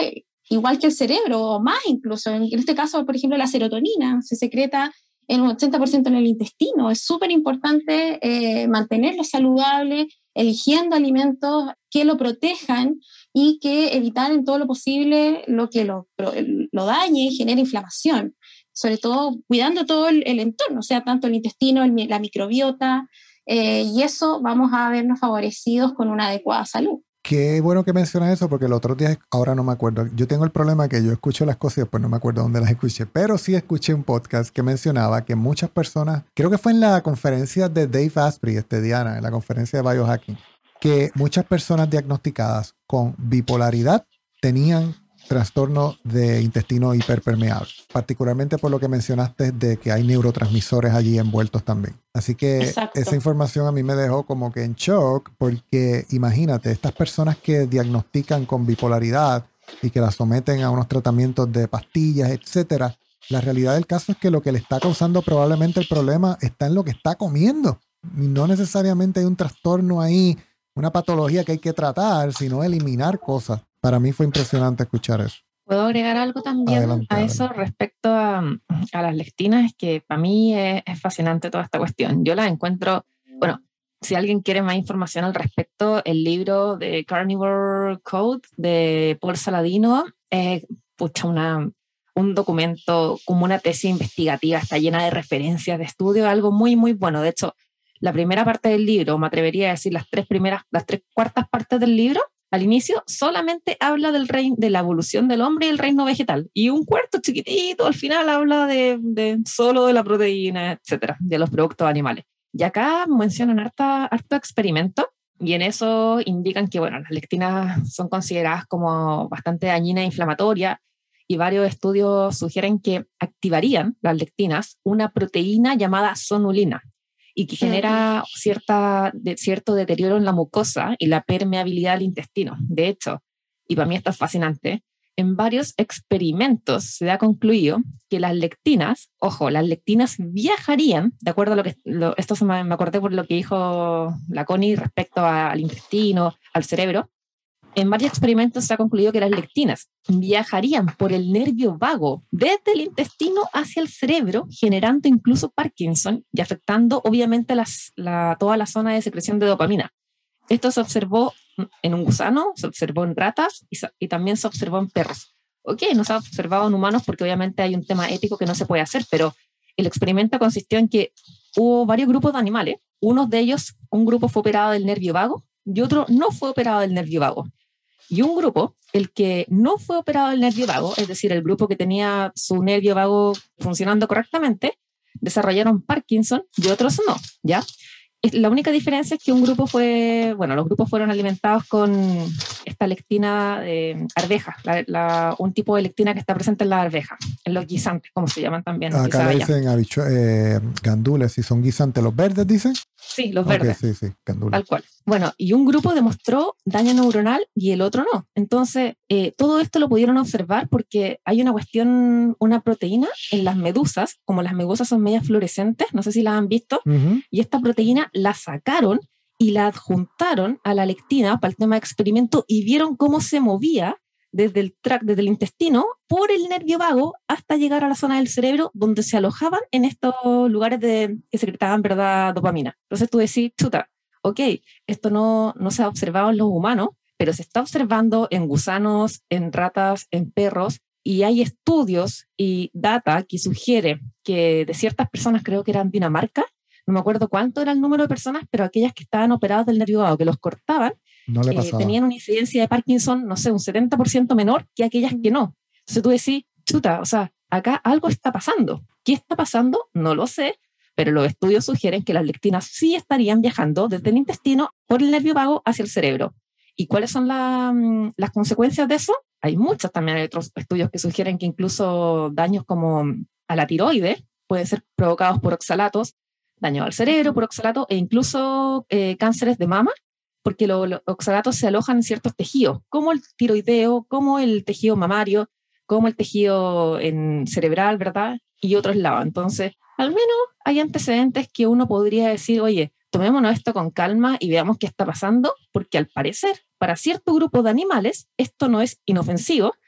igual que el cerebro, o más incluso. En este caso, por ejemplo, la serotonina se secreta en un ochenta por ciento en el intestino. Es súper importante eh, mantenerlo saludable, eligiendo alimentos que lo protejan y que evitar en todo lo posible lo que lo, lo dañe y genere inflamación. Sobre todo cuidando todo el, el entorno, o sea, tanto el intestino, el, la microbiota, eh, y eso vamos a vernos favorecidos con una adecuada salud. Qué bueno que mencionas eso, porque el otro día, ahora no me acuerdo, yo tengo el problema que yo escucho las cosas y después no me acuerdo dónde las escuché, pero sí escuché un podcast que mencionaba que muchas personas, creo que fue en la conferencia de Dave Asprey, este Diana, en la conferencia de Biohacking, que muchas personas diagnosticadas con bipolaridad tenían trastorno de intestino hiperpermeable, particularmente por lo que mencionaste de que hay neurotransmisores allí envueltos también. Así que Exacto. Esa información a mí me dejó como que en shock, porque imagínate, estas personas que diagnostican con bipolaridad y que las someten a unos tratamientos de pastillas, etcétera, la realidad del caso es que lo que le está causando probablemente el problema está en lo que está comiendo. Y no necesariamente hay un trastorno ahí, una patología que hay que tratar, sino eliminar cosas. Para mí fue impresionante escuchar eso. ¿Puedo agregar algo también Adelante, a eso adelante. respecto a, a las lectinas? Es que para mí es, es fascinante toda esta cuestión. Yo la encuentro, bueno, si alguien quiere más información al respecto, el libro de Carnivore Code de Paul Saladino es pucha, una, un documento como una tesis investigativa, está llena de referencias de estudio, algo muy, muy bueno. De hecho, la primera parte del libro, me atrevería a decir las tres primeras, las tres cuartas partes del libro, al inicio solamente habla del reino, de la evolución del hombre y el reino vegetal. Y un cuarto chiquitito al final habla de, de solo de la proteína, etcétera, de los productos animales. Y acá mencionan harta, harto experimento y en eso indican que, bueno, las lectinas son consideradas como bastante dañinas e inflamatorias y varios estudios sugieren que activarían las lectinas una proteína llamada sonulina y que genera cierta, de, cierto deterioro en la mucosa y la permeabilidad del intestino. De hecho, y para mí esto es fascinante, en varios experimentos se ha concluido que las lectinas, ojo, las lectinas viajarían, de acuerdo a lo que, lo, esto se me, me acordé por lo que dijo la Connie respecto a, al intestino, al cerebro, en varios experimentos se ha concluido que las lectinas viajarían por el nervio vago desde el intestino hacia el cerebro, generando incluso Parkinson y afectando obviamente las, la, toda la zona de secreción de dopamina. Esto se observó en un gusano, se observó en ratas y, y también se observó en perros. Ok, no se ha observado en humanos porque obviamente hay un tema ético que no se puede hacer, pero el experimento consistió en que hubo varios grupos de animales. Uno de ellos, un grupo fue operado del nervio vago y otro no fue operado del nervio vago. Y un grupo, el que no fue operado del nervio vago, es decir, el grupo que tenía su nervio vago funcionando correctamente, desarrollaron Parkinson y otros no, ¿ya? La única diferencia es que un grupo fue, bueno, los grupos fueron alimentados con esta lectina de arveja, la, la, un tipo de lectina que está presente en la arveja, en los guisantes, como se llaman también. Acá le dicen habichu- eh, gandules, si son guisantes, ¿los verdes dicen? Sí, los verdes. Okay, sí, sí, gandules. Tal cual. Bueno, y un grupo demostró daño neuronal y el otro no. Entonces, eh, todo esto lo pudieron observar porque hay una cuestión, una proteína en las medusas, como las medusas son medias fluorescentes, no sé si las han visto, uh-huh. Y esta proteína la sacaron y la adjuntaron a la lectina para el tema de experimento y vieron cómo se movía desde el tract, desde el intestino, por el nervio vago hasta llegar a la zona del cerebro donde se alojaban en estos lugares de, que secretaban, ¿verdad?, dopamina. Entonces tú decís, chuta, ok, esto no, no se ha observado en los humanos, pero se está observando en gusanos, en ratas, en perros, y hay estudios y data que sugiere que de ciertas personas, creo que eran Dinamarca, no me acuerdo cuánto era el número de personas, pero aquellas que estaban operadas del nervio vago, que los cortaban, no le eh, tenían una incidencia de Parkinson, no sé, un setenta por ciento menor que aquellas que no. Entonces tú decís, chuta, o sea, acá algo está pasando. ¿Qué está pasando? No lo sé, pero los estudios sugieren que las lectinas sí estarían viajando desde el intestino por el nervio vago hacia el cerebro. ¿Y cuáles son la, las consecuencias de eso? Hay muchas, también hay otros estudios que sugieren que incluso daños como a la tiroides pueden ser provocados por oxalatos, daño al cerebro por oxalato e incluso eh, cánceres de mama, porque los lo, oxalatos se alojan en ciertos tejidos, como el tiroideo, como el tejido mamario, como el tejido en cerebral, ¿verdad? Y otros lados. Entonces, al menos hay antecedentes que uno podría decir, oye, tomémonos esto con calma y veamos qué está pasando, porque al parecer, para cierto grupo de animales, esto no es inofensivo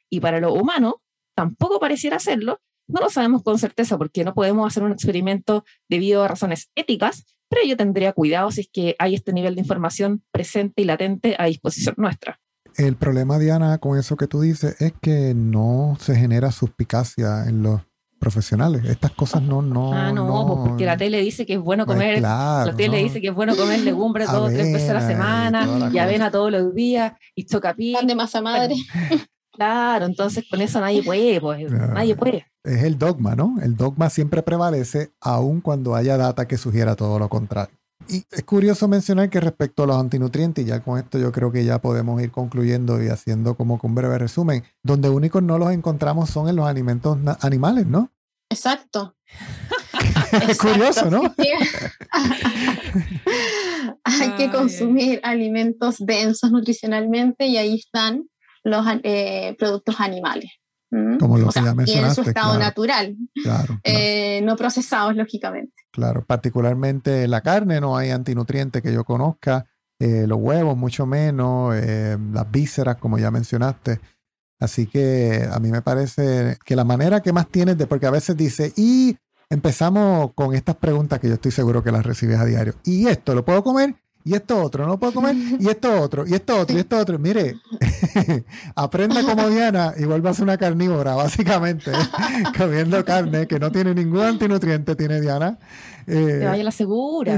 y para los humanos tampoco pareciera hacerlo. No lo sabemos con certeza porque no podemos hacer un experimento debido a razones éticas, pero yo tendría cuidado si es que hay este nivel de información presente y latente a disposición nuestra. El problema, Diana, con eso que tú dices es que no se genera suspicacia en los profesionales. Estas cosas no... no ah, no, no pues porque la tele dice que es bueno comer, pues claro, la tele no. dice que es bueno comer legumbres dos o tres veces a la semana, y, y avena todos los días, y chocapic. Pan de masa madre. Bueno, claro, entonces con eso nadie puede, pues, no, nadie puede. Es el dogma, ¿no? El dogma siempre prevalece, aun cuando haya data que sugiera todo lo contrario. Y es curioso mencionar que respecto a los antinutrientes, y ya con esto yo creo que ya podemos ir concluyendo y haciendo como que un breve resumen, donde únicos no los encontramos son en los alimentos animales, ¿no? Exacto. Es curioso, ¿no? Hay que consumir ay, alimentos densos nutricionalmente y ahí están los eh, productos animales. ¿Mm? Como lo o que sea, ya mencionaste. en su estado claro, natural. Claro, claro. Eh, no procesados, lógicamente. Claro, particularmente la carne no hay antinutrientes que yo conozca, eh, los huevos mucho menos, eh, las vísceras como ya mencionaste. Así que a mí me parece que la manera que más tienes de, porque a veces dice, y empezamos con estas preguntas que yo estoy seguro que las recibes a diario. ¿Y esto lo puedo comer? ¿Y esto otro? ¿No lo puedo comer? ¿Y esto otro? ¿Y esto otro? ¿Y esto otro? Mire, aprenda como Diana y vuelvas una carnívora, básicamente, comiendo carne que no tiene ningún antinutriente, tiene Diana. Eh, Te vaya la segura.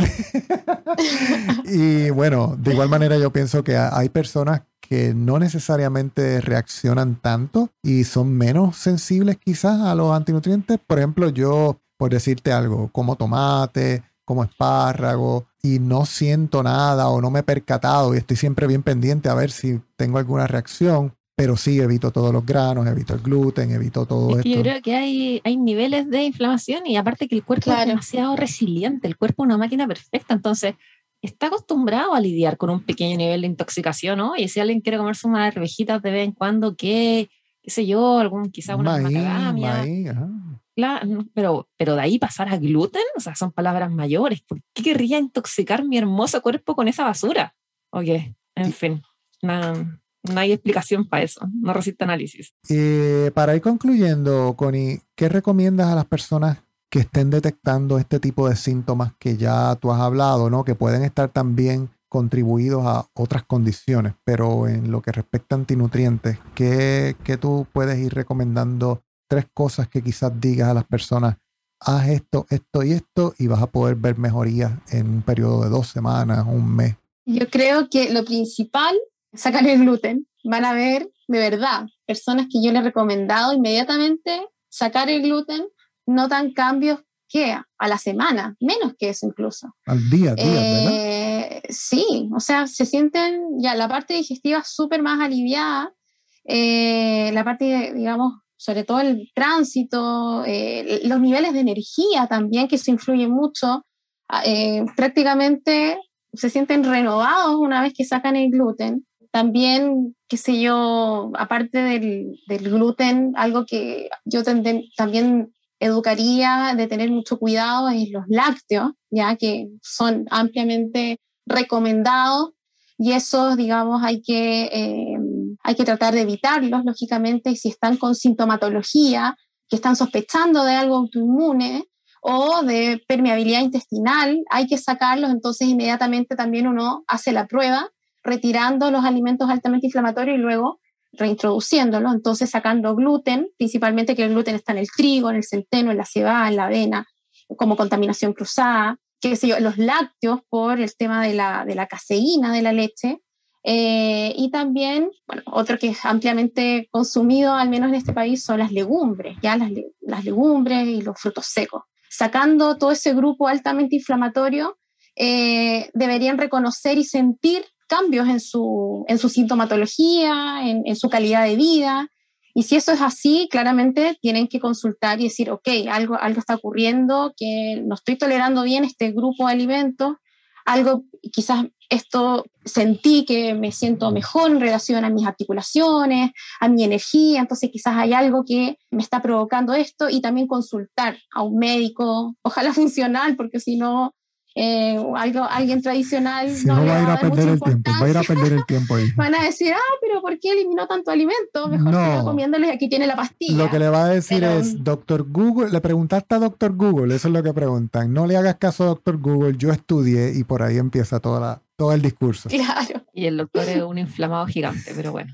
Y bueno, de igual manera yo pienso que hay personas que no necesariamente reaccionan tanto y son menos sensibles quizás a los antinutrientes. Por ejemplo, yo, por decirte algo, como tomate, como espárrago y no siento nada o no me he percatado y estoy siempre bien pendiente a ver si tengo alguna reacción, pero sí evito todos los granos, evito el gluten, evito todo es que esto. Yo creo que hay, hay niveles de inflamación y aparte que el cuerpo claro. es demasiado resiliente, el cuerpo es una máquina perfecta, entonces está acostumbrado a lidiar con un pequeño nivel de intoxicación, ¿no? Y si alguien quiere comerse unas arvejitas de vez en cuando, ¿qué? qué sé yo, algún, quizá una maíz, macadamia. Maíz, ajá. Claro, pero, pero de ahí pasar a gluten, o sea, son palabras mayores. ¿Por qué querría intoxicar mi hermoso cuerpo con esa basura? Ok, en fin, no, no hay explicación para eso, no resiste análisis. Eh, para ir concluyendo, Connie, ¿qué recomiendas a las personas que estén detectando este tipo de síntomas que ya tú has hablado, ¿no? Que pueden estar también contribuidos a otras condiciones, pero en lo que respecta a antinutrientes, ¿qué, qué tú puedes ir recomendando? Tres cosas que quizás digas a las personas, haz esto, esto y esto y vas a poder ver mejorías en un periodo de dos semanas, un mes. Yo creo que lo principal es sacar el gluten. Van a ver, de verdad, personas que yo les he recomendado inmediatamente sacar el gluten, notan cambios que a la semana, menos que eso incluso. Al día, día, eh, ¿verdad? Sí, o sea, se sienten ya la parte digestiva súper más aliviada, eh, la parte, digamos, sobre todo el tránsito, eh, los niveles de energía también, que eso influye mucho, eh, prácticamente se sienten renovados una vez que sacan el gluten. También, qué sé yo, aparte del, del gluten, algo que yo tenden, también educaría de tener mucho cuidado es los lácteos, ya que son ampliamente recomendados y esos, digamos, hay que, eh, hay que tratar de evitarlos, lógicamente, si están con sintomatología, que están sospechando de algo autoinmune o de permeabilidad intestinal, hay que sacarlos, entonces inmediatamente también uno hace la prueba, retirando los alimentos altamente inflamatorios y luego reintroduciéndolo, entonces sacando gluten, principalmente que el gluten está en el trigo, en el centeno, en la cebada, en la avena, como contaminación cruzada, qué sé yo, los lácteos por el tema de la, de la caseína de la leche, eh, y también, bueno, otro que es ampliamente consumido, al menos en este país, son las legumbres, ya las, las legumbres y los frutos secos. Sacando todo ese grupo altamente inflamatorio, eh, deberían reconocer y sentir cambios en su, en su sintomatología, en, en su calidad de vida, y si eso es así, claramente tienen que consultar y decir, ok, algo, algo está ocurriendo, que no estoy tolerando bien este grupo de alimentos, algo, quizás esto sentí que me siento mejor en relación a mis articulaciones, a mi energía, entonces quizás hay algo que me está provocando esto, y también consultar a un médico, ojalá funcional, porque si no, eh, algo, alguien tradicional si no, no le va a ir a dar perder mucha el tiempo, va a ir a perder el tiempo ahí. Van a decir, ah, pero ¿por qué eliminó tanto alimento? Mejor No. siga comiéndoles, aquí tiene la pastilla. Lo que le va a decir pero, es, doctor Google, le preguntaste a doctor Google, eso es lo que preguntan. No le hagas caso a doctor Google, yo estudié, y por ahí empieza toda la, todo el discurso. Claro. Y el doctor es un inflamado gigante, pero bueno.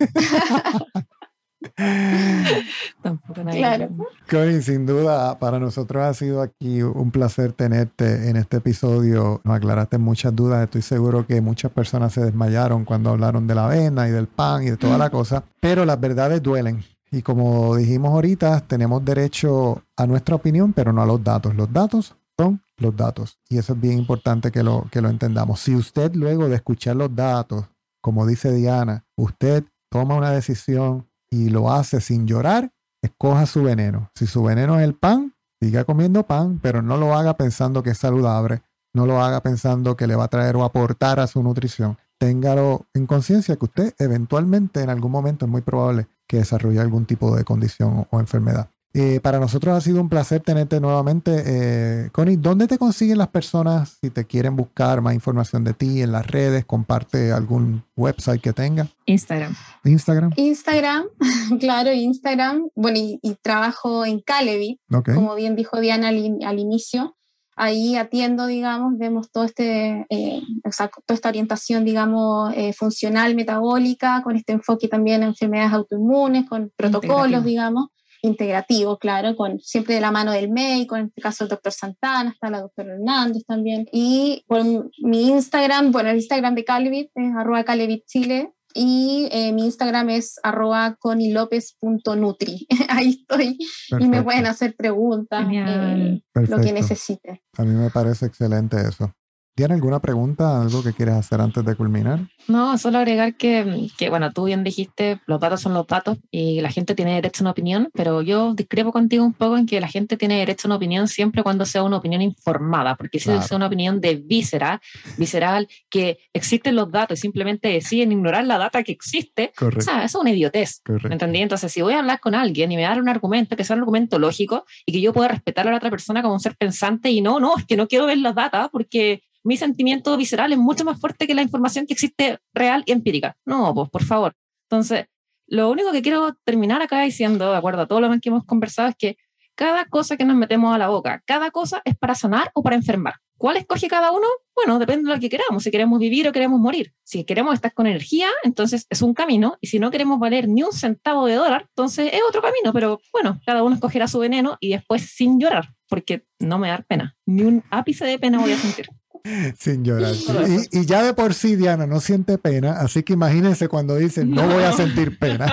Tampoco nadie. Claro. Connie, sin duda, para nosotros ha sido aquí un placer tenerte en este episodio. Nos aclaraste muchas dudas. Estoy seguro que muchas personas se desmayaron cuando hablaron de la avena y del pan y de toda la cosa, pero las verdades duelen. Y como dijimos ahorita, tenemos derecho a nuestra opinión, pero no a los datos. Los datos son los datos. Y eso es bien importante que lo, que lo entendamos. Si usted, luego de escuchar los datos, como dice Diana, usted toma una decisión y lo hace sin llorar, escoja su veneno. Si su veneno es el pan, siga comiendo pan, pero no lo haga pensando que es saludable, no lo haga pensando que le va a traer o aportar a su nutrición. Téngalo en conciencia que usted eventualmente, en algún momento, es muy probable que desarrolle algún tipo de condición o, o enfermedad. Eh, para nosotros ha sido un placer tenerte nuevamente. Eh, Connie, ¿dónde te consiguen las personas si te quieren buscar más información de ti en las redes? Comparte algún website que tenga. Instagram. Instagram. Instagram, claro, Instagram. Bueno, y, y trabajo en Calevit, Okay. como bien dijo Diana al, al inicio. Ahí atiendo, digamos, vemos todo este, eh, o sea, toda esta orientación, digamos, eh, funcional, metabólica, con este enfoque también en enfermedades autoinmunes, con protocolos, digamos. Integrativo, claro, con siempre de la mano del médico, en este caso el doctor Santana, está la doctora Hernández también. Y por mi Instagram, bueno, el Instagram de Calevit es arroba Calevit Chile, y eh, mi Instagram es arroba conilopez punto nutri. Ahí estoy. Perfecto. Y me pueden hacer preguntas, eh, lo que necesiten. A mí me parece excelente eso. ¿Tiene alguna pregunta, algo que quieres hacer antes de culminar? No, solo agregar que, que, bueno, tú bien dijiste, los datos son los datos y la gente tiene derecho a una opinión, pero yo discrepo contigo un poco en que la gente tiene derecho a una opinión siempre cuando sea una opinión informada, porque si claro. es una opinión de víscera, visceral, que existen los datos y simplemente deciden ignorar la data que existe, Correcto. O sea, eso es una idiotez, Correcto. ¿Me entendí? Entonces, si voy a hablar con alguien y me da un argumento, que sea un argumento lógico y que yo pueda respetar a la otra persona como un ser pensante y no, no, es que no quiero ver las datas porque mi sentimiento visceral es mucho más fuerte que la información que existe real y empírica. No, pues por favor. Entonces, lo único que quiero terminar acá diciendo, de acuerdo a todo lo que hemos conversado, es que cada cosa que nos metemos a la boca, cada cosa es para sanar o para enfermar. ¿Cuál escoge cada uno? Bueno, depende de lo que queramos, si queremos vivir o queremos morir. Si queremos estar con energía, entonces es un camino, y si no queremos valer ni un centavo de dólar, entonces es otro camino, pero bueno, cada uno escogerá su veneno y después sin llorar, porque no me da pena, ni un ápice de pena voy a sentir. Sin llorar. Y, y ya de por sí Diana no siente pena, así que imagínense cuando dicen no, no voy a sentir pena.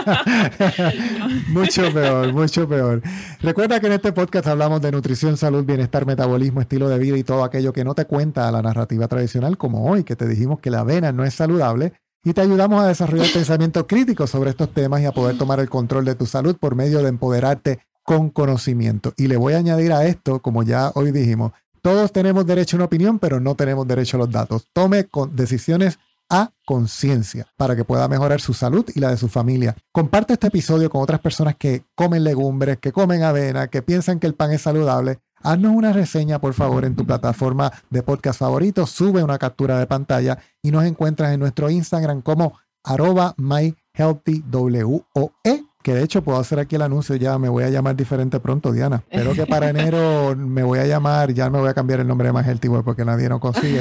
Mucho peor, mucho peor. Recuerda que en este podcast hablamos de nutrición, salud, bienestar, metabolismo, estilo de vida y todo aquello que no te cuenta la narrativa tradicional, como hoy que te dijimos que la avena no es saludable, y te ayudamos a desarrollar pensamientos críticos sobre estos temas y a poder tomar el control de tu salud por medio de empoderarte con conocimiento. Y le voy a añadir a esto, como ya hoy dijimos, todos tenemos derecho a una opinión, pero no tenemos derecho a los datos. Tome con decisiones a conciencia para que pueda mejorar su salud y la de su familia. Comparte este episodio con otras personas que comen legumbres, que comen avena, que piensan que el pan es saludable. Haznos una reseña, por favor, en tu plataforma de podcast favorito. Sube una captura de pantalla y nos encuentras en nuestro Instagram como arroba myhealthywoe. Que de hecho puedo hacer aquí el anuncio, ya me voy a llamar diferente pronto, Diana. Espero que para enero me voy a llamar, ya me voy a cambiar el nombre de My Healthy Way porque nadie lo consigue.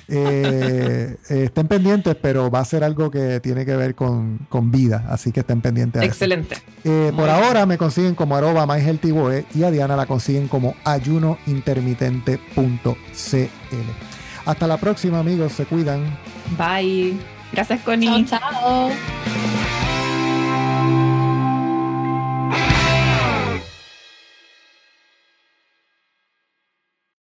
Eh, eh, estén pendientes, pero va a ser algo que tiene que ver con, con vida, así que estén pendientes a Excelente. eso. Eh, por ahora me consiguen como arroba My Healthy Way y a Diana la consiguen como ayuno intermitente punto c l. Hasta la próxima, amigos, se cuidan. Bye. Gracias, Connie. Chao, chao.